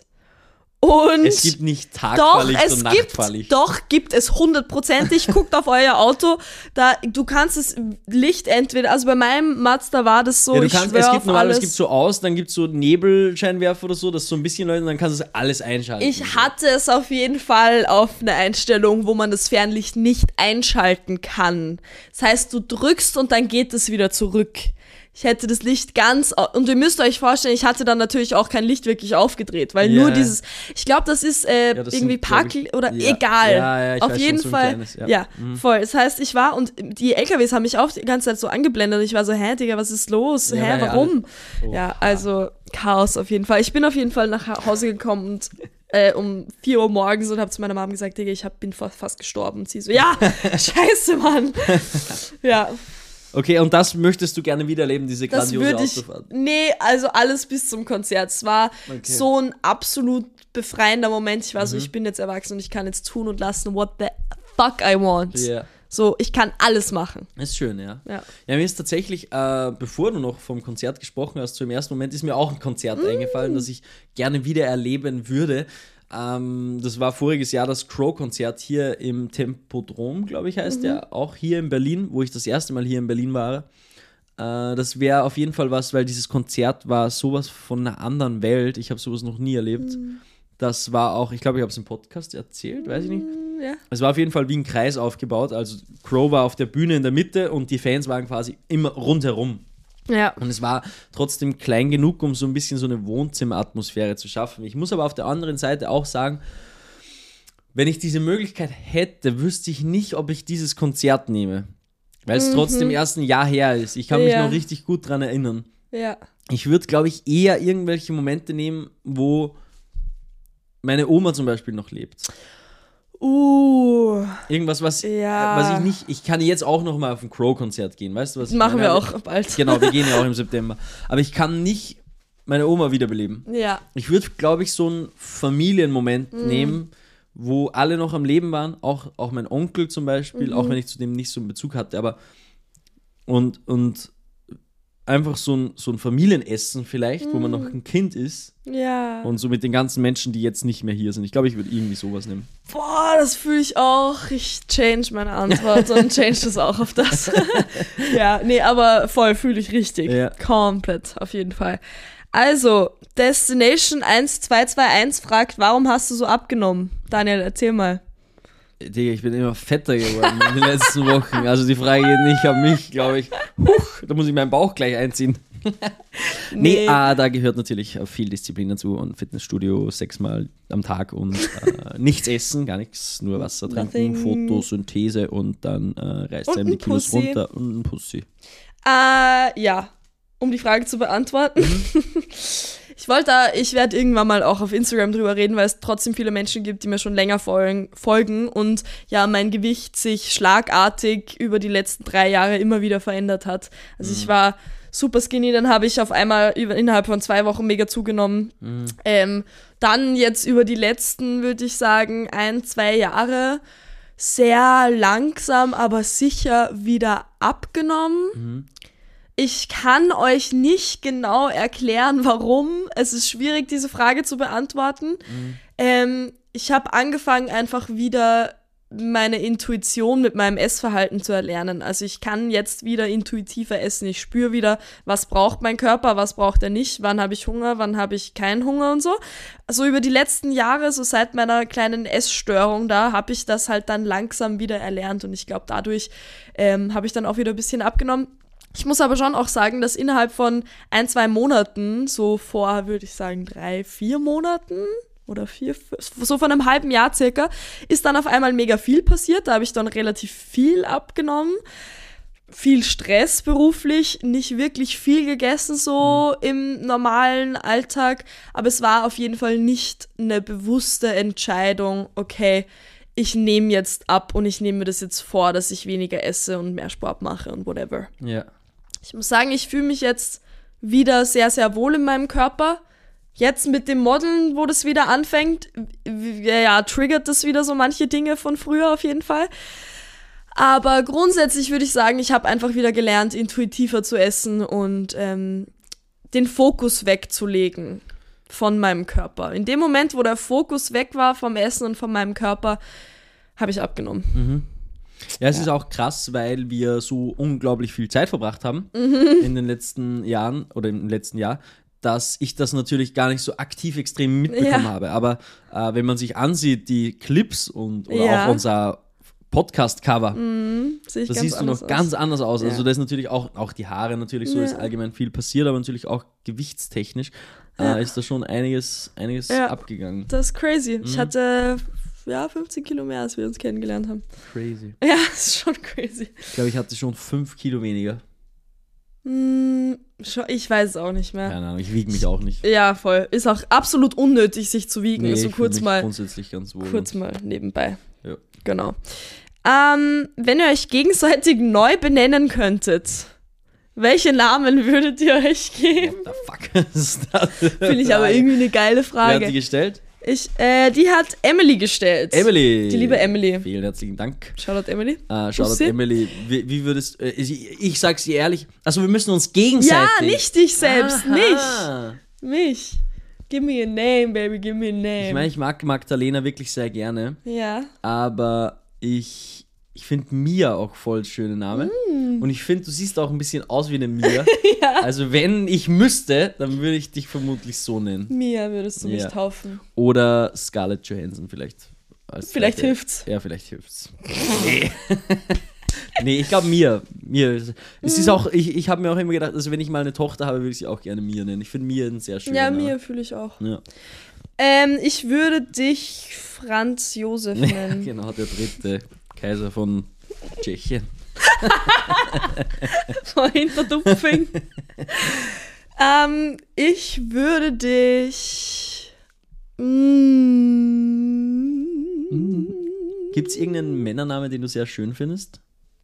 Und es gibt nicht Tagfahrlicht und Nachtfahrlicht. Gibt es 100%. Guckt auf euer Auto. Du kannst das Licht entweder, also bei meinem Mazda war das so, ja, es gibt so dann gibt es so Nebelscheinwerfer oder so, das so ein bisschen leuchtet und dann kannst du alles einschalten. Ich hatte es auf jeden Fall auf eine Einstellung, wo man das Fernlicht nicht einschalten kann. Das heißt, du drückst und dann geht es wieder zurück. Ich hätte das Licht und ihr müsst euch vorstellen, ich hatte dann natürlich auch kein Licht wirklich aufgedreht, weil nur dieses, ich glaube, das ist das irgendwie oder egal. Ja, auf jeden Fall. Voll. Das heißt, ich war und die LKWs haben mich auch die ganze Zeit so angeblendet und ich war so, Digga, was ist los? Warum? Ja, also Chaos auf jeden Fall. Ich bin auf jeden Fall nach Hause gekommen und um 4 Uhr morgens und habe zu meiner Mom gesagt, Digga, ich bin fast gestorben. Und sie so, ja, scheiße, Mann. Ja. Okay, und das möchtest du gerne wiedererleben, diese grandiose Autofahrt? Nee, also alles bis zum Konzert. Es war so ein absolut befreiender Moment. Ich war so, ich bin jetzt erwachsen und ich kann jetzt tun und lassen, what the fuck I want. Yeah. So, ich kann alles machen. Ist schön, ja. Ja, mir ist tatsächlich, bevor du noch vom Konzert gesprochen hast, so im ersten Moment ist mir auch ein Konzert eingefallen, das ich gerne wieder erleben würde. Das war voriges Jahr das Crow-Konzert hier im Tempodrom, glaube ich, heißt der, auch hier in Berlin, wo ich das erste Mal hier in Berlin war. Das wäre auf jeden Fall was, weil dieses Konzert war sowas von einer anderen Welt. Ich habe sowas noch nie erlebt. Das war auch, ich glaube, ich habe es im Podcast erzählt, weiß ich nicht. Ja. Es war auf jeden Fall wie ein Kreis aufgebaut. Also Crow war auf der Bühne in der Mitte und die Fans waren quasi immer rundherum. Ja. Und es war trotzdem klein genug, um so ein bisschen so eine Wohnzimmeratmosphäre zu schaffen. Ich muss aber auf der anderen Seite auch sagen, wenn ich diese Möglichkeit hätte, wüsste ich nicht, ob ich dieses Konzert nehme. Weil es trotzdem erst ein Jahr her ist. Ich kann mich noch richtig gut dran erinnern. Ja. Ich würde, glaube ich, eher irgendwelche Momente nehmen, wo meine Oma zum Beispiel noch lebt. Irgendwas, was ich nicht, ich kann jetzt auch noch mal auf ein Crow-Konzert gehen, weißt du was? Machen wir auch bald. Genau, wir gehen ja auch im September. Aber ich kann nicht meine Oma wiederbeleben. Ja. Ich würde, glaube ich, so einen Familienmoment nehmen, wo alle noch am Leben waren, auch mein Onkel zum Beispiel, auch wenn ich zu dem nicht so einen Bezug hatte, aber und einfach so ein Familienessen vielleicht, wo man noch ein Kind ist. Ja. Und so mit den ganzen Menschen, die jetzt nicht mehr hier sind. Ich glaube, ich würde irgendwie sowas nehmen. Boah, das fühle ich auch. Ich change meine Antwort und change das auch auf das. Ja, nee, aber voll fühle ich richtig. Ja. Komplett, auf jeden Fall. Also, Destination 1221 fragt, warum hast du so abgenommen? Daniel, erzähl mal. Digga, ich bin immer fetter geworden in den letzten Wochen. Also die Frage geht nicht an mich, glaube ich. Da muss ich meinen Bauch gleich einziehen. Nee, da gehört natürlich viel Disziplin dazu und Fitnessstudio 6-mal am Tag und nichts essen, gar nichts, nur Wasser trinken, Photosynthese und dann reißt einem die Kilos runter und ein Pussy. Ja, um die Frage zu beantworten. Ich werde irgendwann mal auch auf Instagram drüber reden, weil es trotzdem viele Menschen gibt, die mir schon länger folgen und ja, mein Gewicht sich schlagartig über die letzten 3 Jahre immer wieder verändert hat. Also ich war super skinny, dann habe ich auf einmal innerhalb von 2 Wochen mega zugenommen. Dann jetzt über die letzten, würde ich sagen, 1-2 Jahre sehr langsam, aber sicher wieder abgenommen. Ich kann euch nicht genau erklären, warum. Es ist schwierig, diese Frage zu beantworten. Ich habe angefangen, einfach wieder meine Intuition mit meinem Essverhalten zu erlernen. Also ich kann jetzt wieder intuitiver essen. Ich spüre wieder, was braucht mein Körper, was braucht er nicht, wann habe ich Hunger, wann habe ich keinen Hunger und so. Also über die letzten Jahre, so seit meiner kleinen Essstörung da, habe ich das halt dann langsam wieder erlernt. Und ich glaube, dadurch habe ich dann auch wieder ein bisschen abgenommen. Ich muss aber schon auch sagen, dass innerhalb von 1-2 Monaten, so vor, würde ich sagen, 3-4 Monaten oder 4, so von einem halben Jahr circa, ist dann auf einmal mega viel passiert. Da habe ich dann relativ viel abgenommen. Viel Stress beruflich, nicht wirklich viel gegessen so im normalen Alltag. Aber es war auf jeden Fall nicht eine bewusste Entscheidung, okay, ich nehme jetzt ab und ich nehme mir das jetzt vor, dass ich weniger esse und mehr Sport mache und whatever. Ja. Ich muss sagen, ich fühle mich jetzt wieder sehr, sehr wohl in meinem Körper. Jetzt mit dem Modeln, wo das wieder anfängt, ja, triggert das wieder so manche Dinge von früher auf jeden Fall. Aber grundsätzlich würde ich sagen, ich habe einfach wieder gelernt, intuitiver zu essen und den Fokus wegzulegen von meinem Körper. In dem Moment, wo der Fokus weg war vom Essen und von meinem Körper, habe ich abgenommen. Ja, es ist auch krass, weil wir so unglaublich viel Zeit verbracht haben in den letzten Jahren oder im letzten Jahr, dass ich das natürlich gar nicht so aktiv extrem mitbekommen habe. Aber wenn man sich ansieht, die Clips oder auch unser Podcast-Cover, das siehst du noch ganz anders aus. Also da ist natürlich auch die Haare natürlich so, ist allgemein viel passiert, aber natürlich auch gewichtstechnisch ist da schon einiges abgegangen. Das ist crazy. Ich hatte 15 Kilo mehr, als wir uns kennengelernt haben. Crazy. Ja, das ist schon crazy. Ich glaube, ich hatte schon 5 Kilo weniger. Ich weiß es auch nicht mehr. Keine Ahnung, ich wiege mich auch nicht. Ja, voll. Ist auch absolut unnötig, sich zu wiegen. Nee, also ich fühle mich grundsätzlich ganz wohl. Kurz mal nebenbei. Ja. Genau. Wenn ihr euch gegenseitig neu benennen könntet, welche Namen würdet ihr euch geben? What the fuck ist das? Finde ich aber irgendwie eine geile Frage. Wer hat die gestellt? Die hat Emily gestellt. Emily. Die liebe Emily. Vielen herzlichen Dank. Shoutout Emily. Shoutout Emily. Wie würdest ich sag's dir ehrlich, also wir müssen uns gegenseitig. Ja, nicht dich selbst, mich. Give me a name, baby, give me a name. Ich meine, ich mag Magdalena wirklich sehr gerne. Ja. Aber ich finde Mia auch voll schöne Name. Und ich finde, du siehst auch ein bisschen aus wie eine Mia. Ja. Also wenn ich müsste, dann würde ich dich vermutlich so nennen. Mia würdest du mich taufen. Oder Scarlett Johansson vielleicht. Vielleicht hilft's. Ja, vielleicht hilft's. Nee, ich glaube Mia. Es ist auch, ich habe mir auch immer gedacht, also wenn ich mal eine Tochter habe, würde ich sie auch gerne Mia nennen. Ich finde Mia ein sehr schöner Name. Ja, Mia fühle ich auch. Ja. Ich würde dich Franz Josef nennen. Ja, genau, der 3. Kaiser von Tschechien. Von Hinterdupfing. Ich würde dich Gibt es irgendeinen Männernamen, den du sehr schön findest?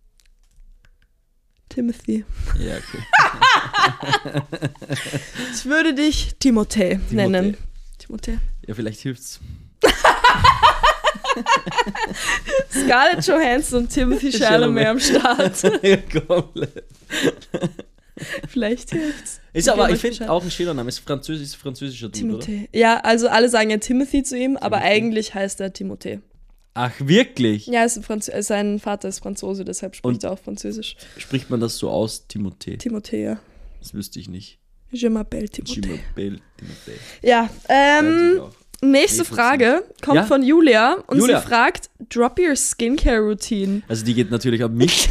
Timothy. Ja, okay. Ich würde dich Timothée nennen. Timothée. Ja, vielleicht hilft's. Scarlett Johansson und Timothy Chalamet am Start. Ja, komplett. Vielleicht hilft's. Ist aber, ich finde, auch ein schöner Name. Ist französischer Dude, oder? Timothée. Ja, also alle sagen ja Timothy zu ihm, aber eigentlich heißt er Timothée. Ach, wirklich? Ja, sein Vater ist Franzose, deshalb spricht er auch Französisch. Spricht man das so aus, Timothée? Timothée, ja. Das wüsste ich nicht. Je m'appelle Timothée. Je m'appelle Timothée. Ja, nächste Frage kommt von Julia und sie fragt, drop your Skincare Routine. Also die geht natürlich an mich.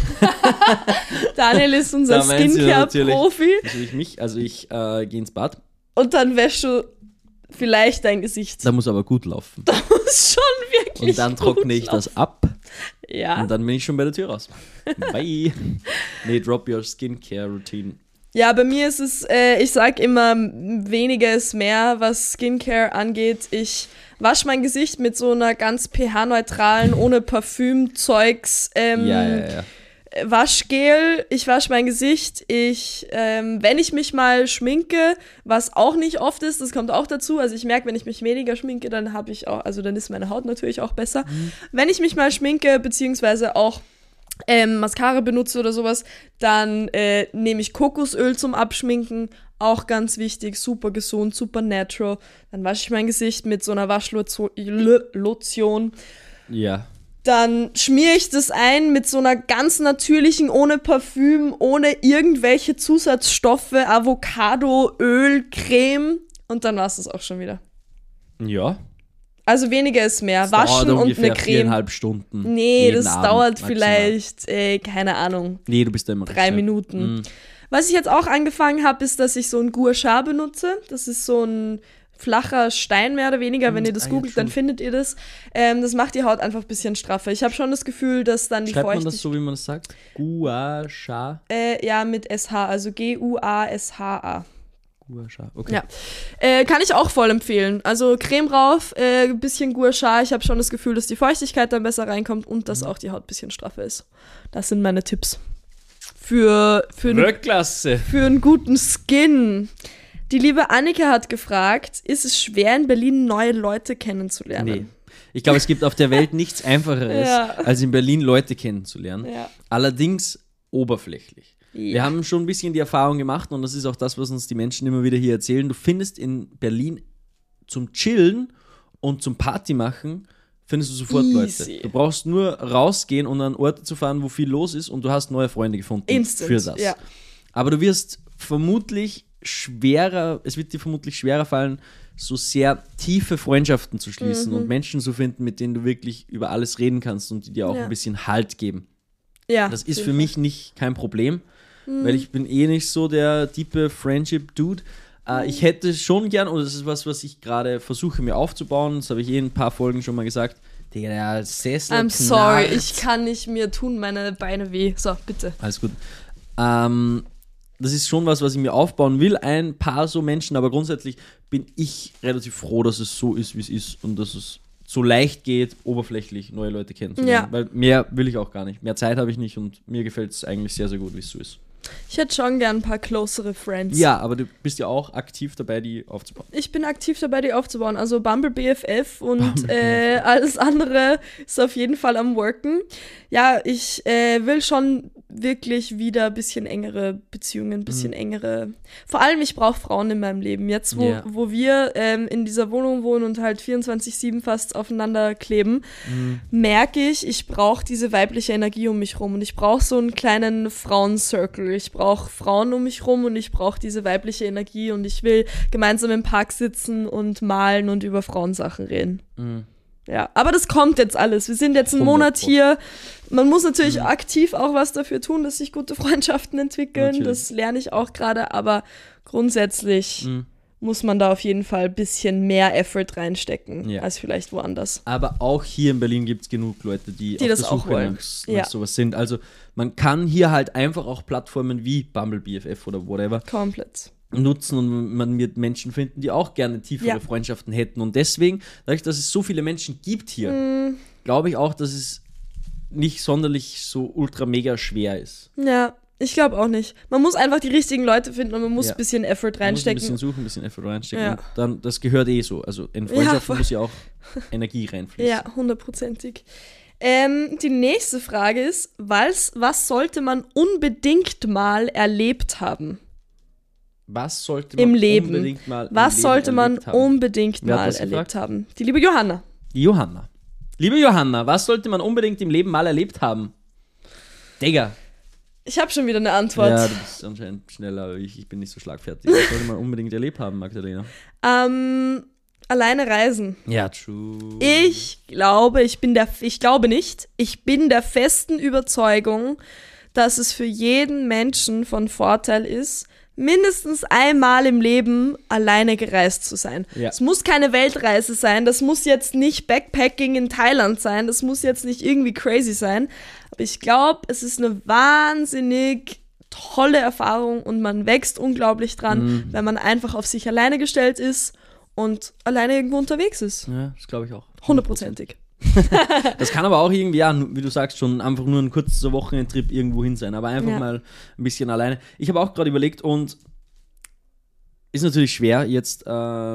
Daniel ist unser Skincare-Profi. Natürlich mich, also ich gehe ins Bad. Und dann wäschst du vielleicht dein Gesicht. Da muss aber gut laufen. Da muss schon wirklich Und dann trockne ich das ab. Ja. Und dann bin ich schon bei der Tür raus. Bye. Nee, drop your Skincare Routine. Ja, bei mir ist es, ich sag immer, weniger ist mehr, was Skincare angeht. Ich wasche mein Gesicht mit so einer ganz pH-neutralen, ohne Parfüm-Zeugs Waschgel. Ich wasche mein Gesicht. Wenn ich mich mal schminke, was auch nicht oft ist, das kommt auch dazu. Also ich merke, wenn ich mich weniger schminke, dann dann ist meine Haut natürlich auch besser. Wenn ich mich mal schminke, beziehungsweise auch Mascara benutze oder sowas, dann nehme ich Kokosöl zum Abschminken, auch ganz wichtig, super gesund, super natural. Dann wasche ich mein Gesicht mit so einer Waschlotion. Ja. Dann schmiere ich das ein mit so einer ganz natürlichen, ohne Parfüm, ohne irgendwelche Zusatzstoffe, Avocado-Öl, Creme und dann war es das auch schon wieder. Ja. Also weniger ist mehr. Das Waschen und eine Creme. 4,5 Stunden. Nee, das Abend dauert maximal. vielleicht, keine Ahnung. Nee, du bist da immer 3 Minuten. Was ich jetzt auch angefangen habe, ist, dass ich so ein Gua Sha benutze. Das ist so ein flacher Stein mehr oder weniger. Wenn ihr das googelt, dann findet ihr das. Das macht die Haut einfach ein bisschen straffer. Ich habe schon das Gefühl, dass dann die Schreibt Feuchtigkeit... man das so, wie man das sagt? Gua Sha? Ja, mit SH, also G-U-A-S-H-A. Gua Sha, okay. Ja. Kann ich auch voll empfehlen. Also Creme rauf, bisschen Gua Sha. Ich habe schon das Gefühl, dass die Feuchtigkeit dann besser reinkommt und dass auch die Haut ein bisschen straffer ist. Das sind meine Tipps. Für einen guten Skin. Die liebe Annika hat gefragt, ist es schwer, in Berlin neue Leute kennenzulernen? Nee. Ich glaube, es gibt auf der Welt nichts Einfacheres, als in Berlin Leute kennenzulernen. Ja. Allerdings oberflächlich. Ja. Wir haben schon ein bisschen die Erfahrung gemacht und das ist auch das, was uns die Menschen immer wieder hier erzählen. Du findest in Berlin zum Chillen und zum Party machen, findest du sofort Leute. Du brauchst nur rausgehen und an Orte zu fahren, wo viel los ist und du hast neue Freunde gefunden. Instant, für das. Ja. Aber es wird dir vermutlich schwerer fallen, so sehr tiefe Freundschaften zu schließen und Menschen zu finden, mit denen du wirklich über alles reden kannst und die dir auch ein bisschen Halt geben. Ja, das ist für mich kein Problem, weil ich bin nicht so der tiefe Friendship-Dude. Ich hätte schon gern, und das ist was ich gerade versuche mir aufzubauen, das habe ich in ein paar Folgen schon mal gesagt, der Sessel I'm sorry, ich kann nicht, mir tun meine Beine weh. So, bitte. Alles gut. Das ist schon was ich mir aufbauen will, ein paar so Menschen, aber grundsätzlich bin ich relativ froh, dass es so ist, wie es ist und dass es so leicht geht, oberflächlich neue Leute kennenzulernen. Ja. Weil mehr will ich auch gar nicht. Mehr Zeit habe ich nicht und mir gefällt es eigentlich sehr, sehr gut, wie es so ist. Ich hätte schon gern ein paar closere Friends. Ja, aber du bist ja auch aktiv dabei, die aufzubauen. Ich bin aktiv dabei, die aufzubauen. Also Bumble BFF und alles andere ist auf jeden Fall am Worken. Ja, ich will schon wirklich wieder ein bisschen engere Beziehungen, ein bisschen engere. Vor allem, ich brauche Frauen in meinem Leben. Jetzt, wo wir in dieser Wohnung wohnen und halt 24/7 fast aufeinander kleben, merke ich brauche diese weibliche Energie um mich rum. Und ich brauche so einen kleinen Frauen-Circle. Ich brauche Frauen um mich rum und ich brauche diese weibliche Energie und ich will gemeinsam im Park sitzen und malen und über Frauensachen reden. Ja, aber das kommt jetzt alles. Wir sind jetzt einen Monat hier. Man muss natürlich aktiv auch was dafür tun, dass sich gute Freundschaften entwickeln. Natürlich. Das lerne ich auch gerade, aber grundsätzlich muss man da auf jeden Fall ein bisschen mehr Effort reinstecken, als vielleicht woanders. Aber auch hier in Berlin gibt es genug Leute, die auf das der auch Suche wollen. nach sowas sind. Also man kann hier halt einfach auch Plattformen wie Bumble BFF oder whatever komplett nutzen und man wird Menschen finden, die auch gerne tiefere Freundschaften hätten. Und deswegen, dadurch, dass es so viele Menschen gibt hier, glaube ich auch, dass es nicht sonderlich so ultra mega schwer ist. Ja, ich glaube auch nicht. Man muss einfach die richtigen Leute finden und man muss ein bisschen Effort reinstecken. Man muss ein bisschen suchen, ein bisschen Effort reinstecken. Ja. Und dann, das gehört so. Also in Freundschaften muss ja auch Energie reinfließen. Ja, 100%ig. Die nächste Frage ist, was sollte man unbedingt mal erlebt haben? Was sollte man im Leben unbedingt mal Was sollte man unbedingt mal erlebt haben? Die liebe Johanna. Die Johanna. Liebe Johanna, was sollte man unbedingt im Leben mal erlebt haben? Digga. Ich habe schon wieder eine Antwort. Ja, du bist anscheinend schneller, aber ich bin nicht so schlagfertig. Was sollte man unbedingt erlebt haben, Magdalena? Alleine reisen. Ja, true. Ich bin der festen Überzeugung, dass es für jeden Menschen von Vorteil ist, mindestens einmal im Leben alleine gereist zu sein. Ja. Es muss keine Weltreise sein, das muss jetzt nicht Backpacking in Thailand sein, das muss jetzt nicht irgendwie crazy sein, aber ich glaube, es ist eine wahnsinnig tolle Erfahrung und man wächst unglaublich dran, wenn man einfach auf sich alleine gestellt ist und alleine irgendwo unterwegs ist. Ja, das glaube ich auch. 100%ig. Das kann aber auch irgendwie, ja, wie du sagst, schon einfach nur ein kurzer Wochenendtrip irgendwo hin sein, aber einfach mal ein bisschen alleine. Ich habe auch gerade überlegt und ist natürlich schwer, jetzt das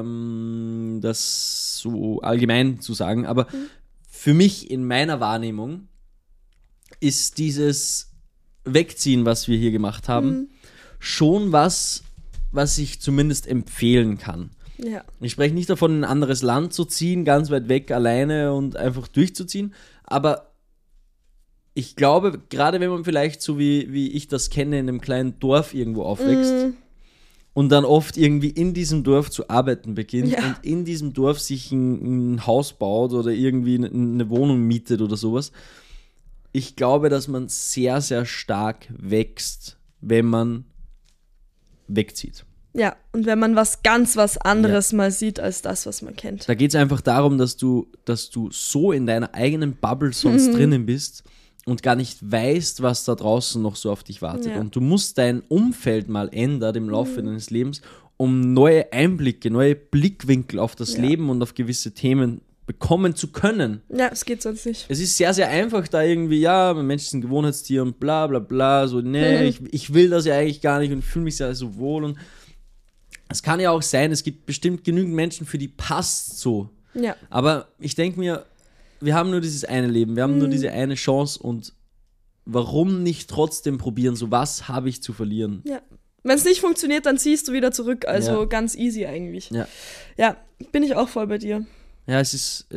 so allgemein zu sagen, aber für mich in meiner Wahrnehmung ist dieses Wegziehen, was wir hier gemacht haben, schon was ich zumindest empfehlen kann. Ja. Ich spreche nicht davon, in ein anderes Land zu ziehen, ganz weit weg, alleine und einfach durchzuziehen, aber ich glaube, gerade wenn man vielleicht so wie ich das kenne, in einem kleinen Dorf irgendwo aufwächst und dann oft irgendwie in diesem Dorf zu arbeiten beginnt und in diesem Dorf sich ein Haus baut oder irgendwie eine Wohnung mietet oder sowas, ich glaube, dass man sehr, sehr stark wächst, wenn man wegzieht. Ja, und wenn man was anderes mal sieht, als das, was man kennt. Da geht es einfach darum, dass du so in deiner eigenen Bubble sonst drinnen bist und gar nicht weißt, was da draußen noch so auf dich wartet. Ja. Und du musst dein Umfeld mal ändern im Laufe deines Lebens, um neue Einblicke, neue Blickwinkel auf das Leben und auf gewisse Themen bekommen zu können. Ja, es geht sonst nicht. Es ist sehr, sehr einfach, da irgendwie, ja, ein Mensch ist ein Gewohnheitstier und bla bla bla, so, nee, ich will das ja eigentlich gar nicht und fühle mich sehr so wohl und es kann ja auch sein, es gibt bestimmt genügend Menschen, für die passt so. Ja. Aber ich denke mir, wir haben nur dieses eine Leben, wir haben nur diese eine Chance und warum nicht trotzdem probieren, so was habe ich zu verlieren? Ja. Wenn es nicht funktioniert, dann ziehst du wieder zurück, also ganz easy eigentlich. Ja, bin ich auch voll bei dir. Ja, es ist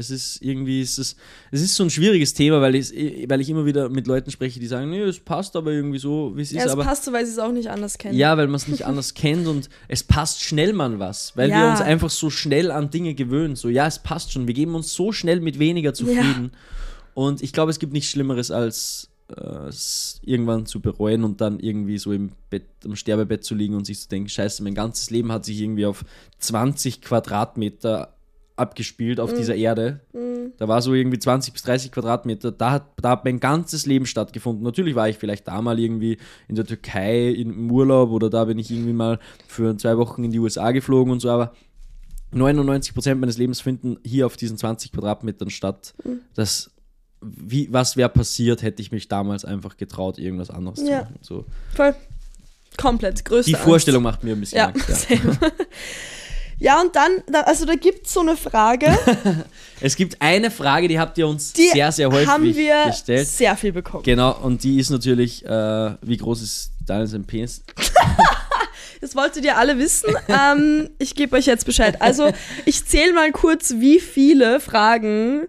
so ein schwieriges Thema, weil ich immer wieder mit Leuten spreche, die sagen, nee, es passt aber irgendwie so, wie es ist. Ja, es passt so, weil sie es auch nicht anders kennen. Ja, weil man es nicht anders kennt und es passt schnell mal was, weil wir uns einfach so schnell an Dinge gewöhnen. So, ja, es passt schon, wir geben uns so schnell mit weniger zufrieden. Ja. Und ich glaube, es gibt nichts Schlimmeres, als es irgendwann zu bereuen und dann irgendwie so im Sterbebett zu liegen und sich zu denken, scheiße, mein ganzes Leben hat sich irgendwie auf 20 Quadratmeter abgespielt auf dieser Erde. Da war so irgendwie 20 bis 30 Quadratmeter. Da hat mein ganzes Leben stattgefunden. Natürlich war ich vielleicht da mal irgendwie in der Türkei im Urlaub oder da bin ich irgendwie mal für 2 Wochen in die USA geflogen und so, aber 99% meines Lebens finden hier auf diesen 20 Quadratmetern statt. Was wäre passiert, hätte ich mich damals einfach getraut, irgendwas anderes zu machen. So. Voll. Komplett. Größte Die Vorstellung macht mir ein bisschen Angst. Ja, und dann, also da gibt es so eine Frage. Es gibt eine Frage, die habt ihr uns sehr, sehr häufig haben wir gestellt. Sehr viel bekommen. Genau, und die ist natürlich, wie groß ist dein Penis? Das wolltet ihr alle wissen. Ich gebe euch jetzt Bescheid. Also, ich zähle mal kurz, wie viele Fragen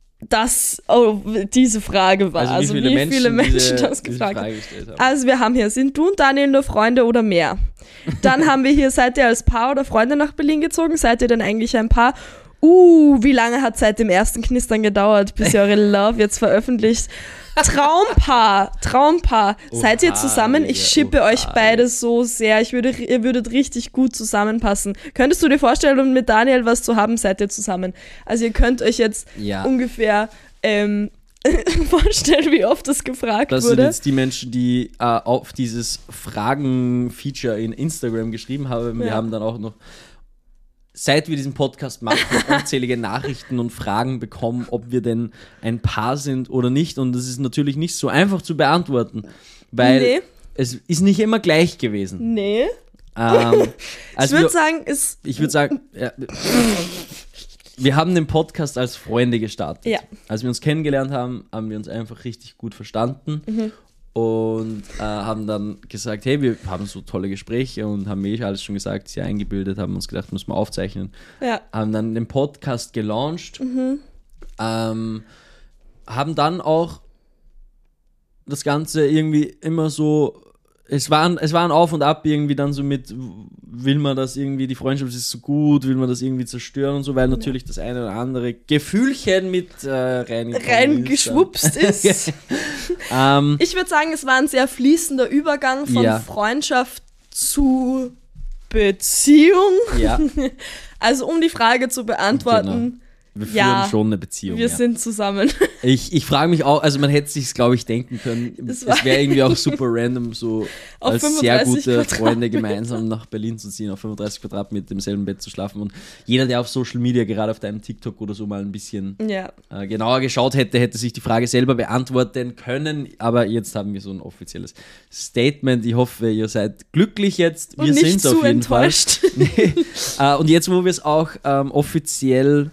diese Frage war. Also wie viele Menschen das gefragt haben. Also wir haben hier, sind du und Daniel nur Freunde oder mehr? Dann haben wir hier, seid ihr als Paar oder Freunde nach Berlin gezogen? Seid ihr denn eigentlich ein Paar? Wie lange hat seit dem ersten Knistern gedauert, bis ihr eure Love jetzt veröffentlicht? Traumpaar. Seid ihr zusammen? Ich shippe euch beide so sehr. Ihr würdet richtig gut zusammenpassen. Könntest du dir vorstellen, um mit Daniel was zu haben, seid ihr zusammen? Also ihr könnt euch jetzt ungefähr vorstellen, wie oft das gefragt wurde. Das sind jetzt die Menschen, die auf dieses Fragen-Feature in Instagram geschrieben haben. Wir haben dann auch noch seit wir diesen Podcast machen, unzählige Nachrichten und Fragen bekommen, ob wir denn ein Paar sind oder nicht. Und das ist natürlich nicht so einfach zu beantworten, weil es ist nicht immer gleich gewesen. Nee. Also ich würde sagen, wir haben den Podcast als Freunde gestartet. Ja. Als wir uns kennengelernt haben, haben wir uns einfach richtig gut verstanden. Und haben dann gesagt, hey, wir haben so tolle Gespräche und haben alles schon gesagt, sehr eingebildet, haben uns gedacht, müssen wir aufzeichnen. Ja. Haben dann den Podcast gelauncht, haben dann auch das Ganze irgendwie immer so, es war ein Auf und Ab irgendwie dann so mit, will man das irgendwie, die Freundschaft ist so gut, will man das irgendwie zerstören und so, weil natürlich das eine oder andere Gefühlchen mit reingeschwupst ist. Ich würde sagen, es war ein sehr fließender Übergang von Freundschaft zu Beziehung. Ja. Also um die Frage zu beantworten, genau. Wir führen schon eine Beziehung. Wir sind zusammen. Ich frage mich auch, also man hätte sich glaube ich, denken können, es wäre irgendwie auch super random, so als sehr gute Freunde gemeinsam nach Berlin zu ziehen, auf 35 Quadratmeter im selben Bett zu schlafen. Und jeder, der auf Social Media, gerade auf deinem TikTok oder so mal ein bisschen genauer geschaut hätte, hätte sich die Frage selber beantworten können. Aber jetzt haben wir so ein offizielles Statement. Ich hoffe, ihr seid glücklich jetzt. Wir sind auf jeden enttäuscht. Fall. Und jetzt, wo wir es auch offiziell,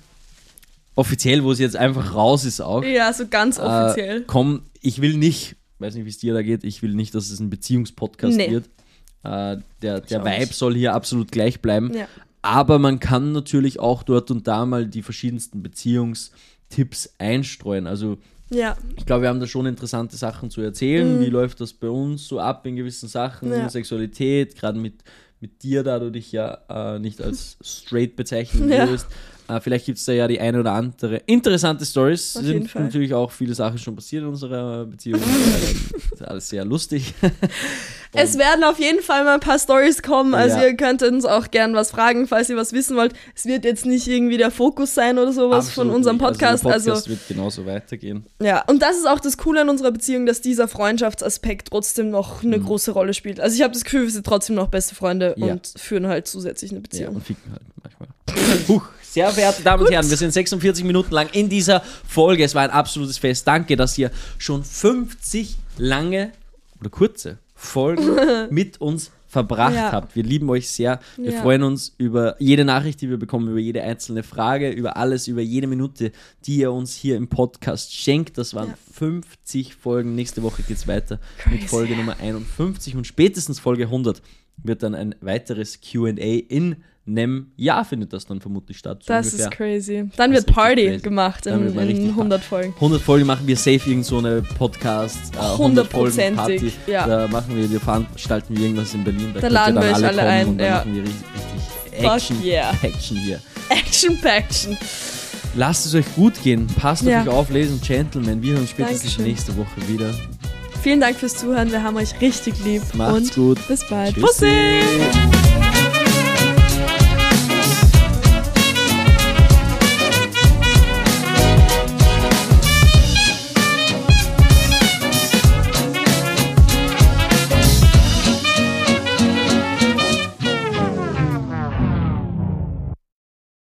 wo es jetzt einfach raus ist auch. Ja, so ganz offiziell. Ich will nicht, weiß nicht, wie es dir da geht, ich will nicht, dass es ein Beziehungspodcast wird. Der Vibe soll hier absolut gleich bleiben. Ja. Aber man kann natürlich auch dort und da mal die verschiedensten Beziehungstipps einstreuen. Also ich glaube, wir haben da schon interessante Sachen zu erzählen. Wie läuft das bei uns so ab in gewissen Sachen? Sexualität, gerade mit dir, da du dich ja nicht als straight bezeichnen würdest. Vielleicht gibt es da ja die eine oder andere interessante Stories. Sind natürlich auch viele Sachen schon passiert in unserer Beziehung. Das ist alles sehr lustig. Es werden auf jeden Fall mal ein paar Stories kommen. Also ihr könnt uns auch gern was fragen, falls ihr was wissen wollt. Es wird jetzt nicht irgendwie der Fokus sein oder sowas von unserem Podcast. Also der Podcast wird genauso weitergehen. Ja, und das ist auch das Coole an unserer Beziehung, dass dieser Freundschaftsaspekt trotzdem noch eine große Rolle spielt. Also ich habe das Gefühl, wir sind trotzdem noch beste Freunde und führen halt zusätzlich eine Beziehung. Ja, und ficken halt manchmal. Sehr verehrte Damen und Herren, wir sind 46 Minuten lang in dieser Folge. Es war ein absolutes Fest. Danke, dass ihr schon 50 lange oder kurze Folgen mit uns verbracht habt. Wir lieben euch sehr. Wir freuen uns über jede Nachricht, die wir bekommen, über jede einzelne Frage, über alles, über jede Minute, die ihr uns hier im Podcast schenkt. Das waren 50 Folgen. Nächste Woche geht es weiter mit Folge Nummer 51 und spätestens Folge 100 wird dann ein weiteres Q&A in einem Jahr findet das dann vermutlich statt. So das ungefähr. Ist crazy. Dann wird Party gemacht in 100 Folgen. 100 Folgen machen wir safe irgend so eine Podcast. 100 Folgen Party. Ja. Da veranstalten wir irgendwas in Berlin. Da laden wir euch alle ein. Und dann machen wir richtig Action hier. Action. Lasst es euch gut gehen. Passt auf euch auf, Ladies and Gentlemen. Wir hören uns spätestens nächste Woche wieder. Vielen Dank fürs Zuhören. Wir haben euch richtig lieb. Macht's gut. Bis bald. Tschüssi. Bussi!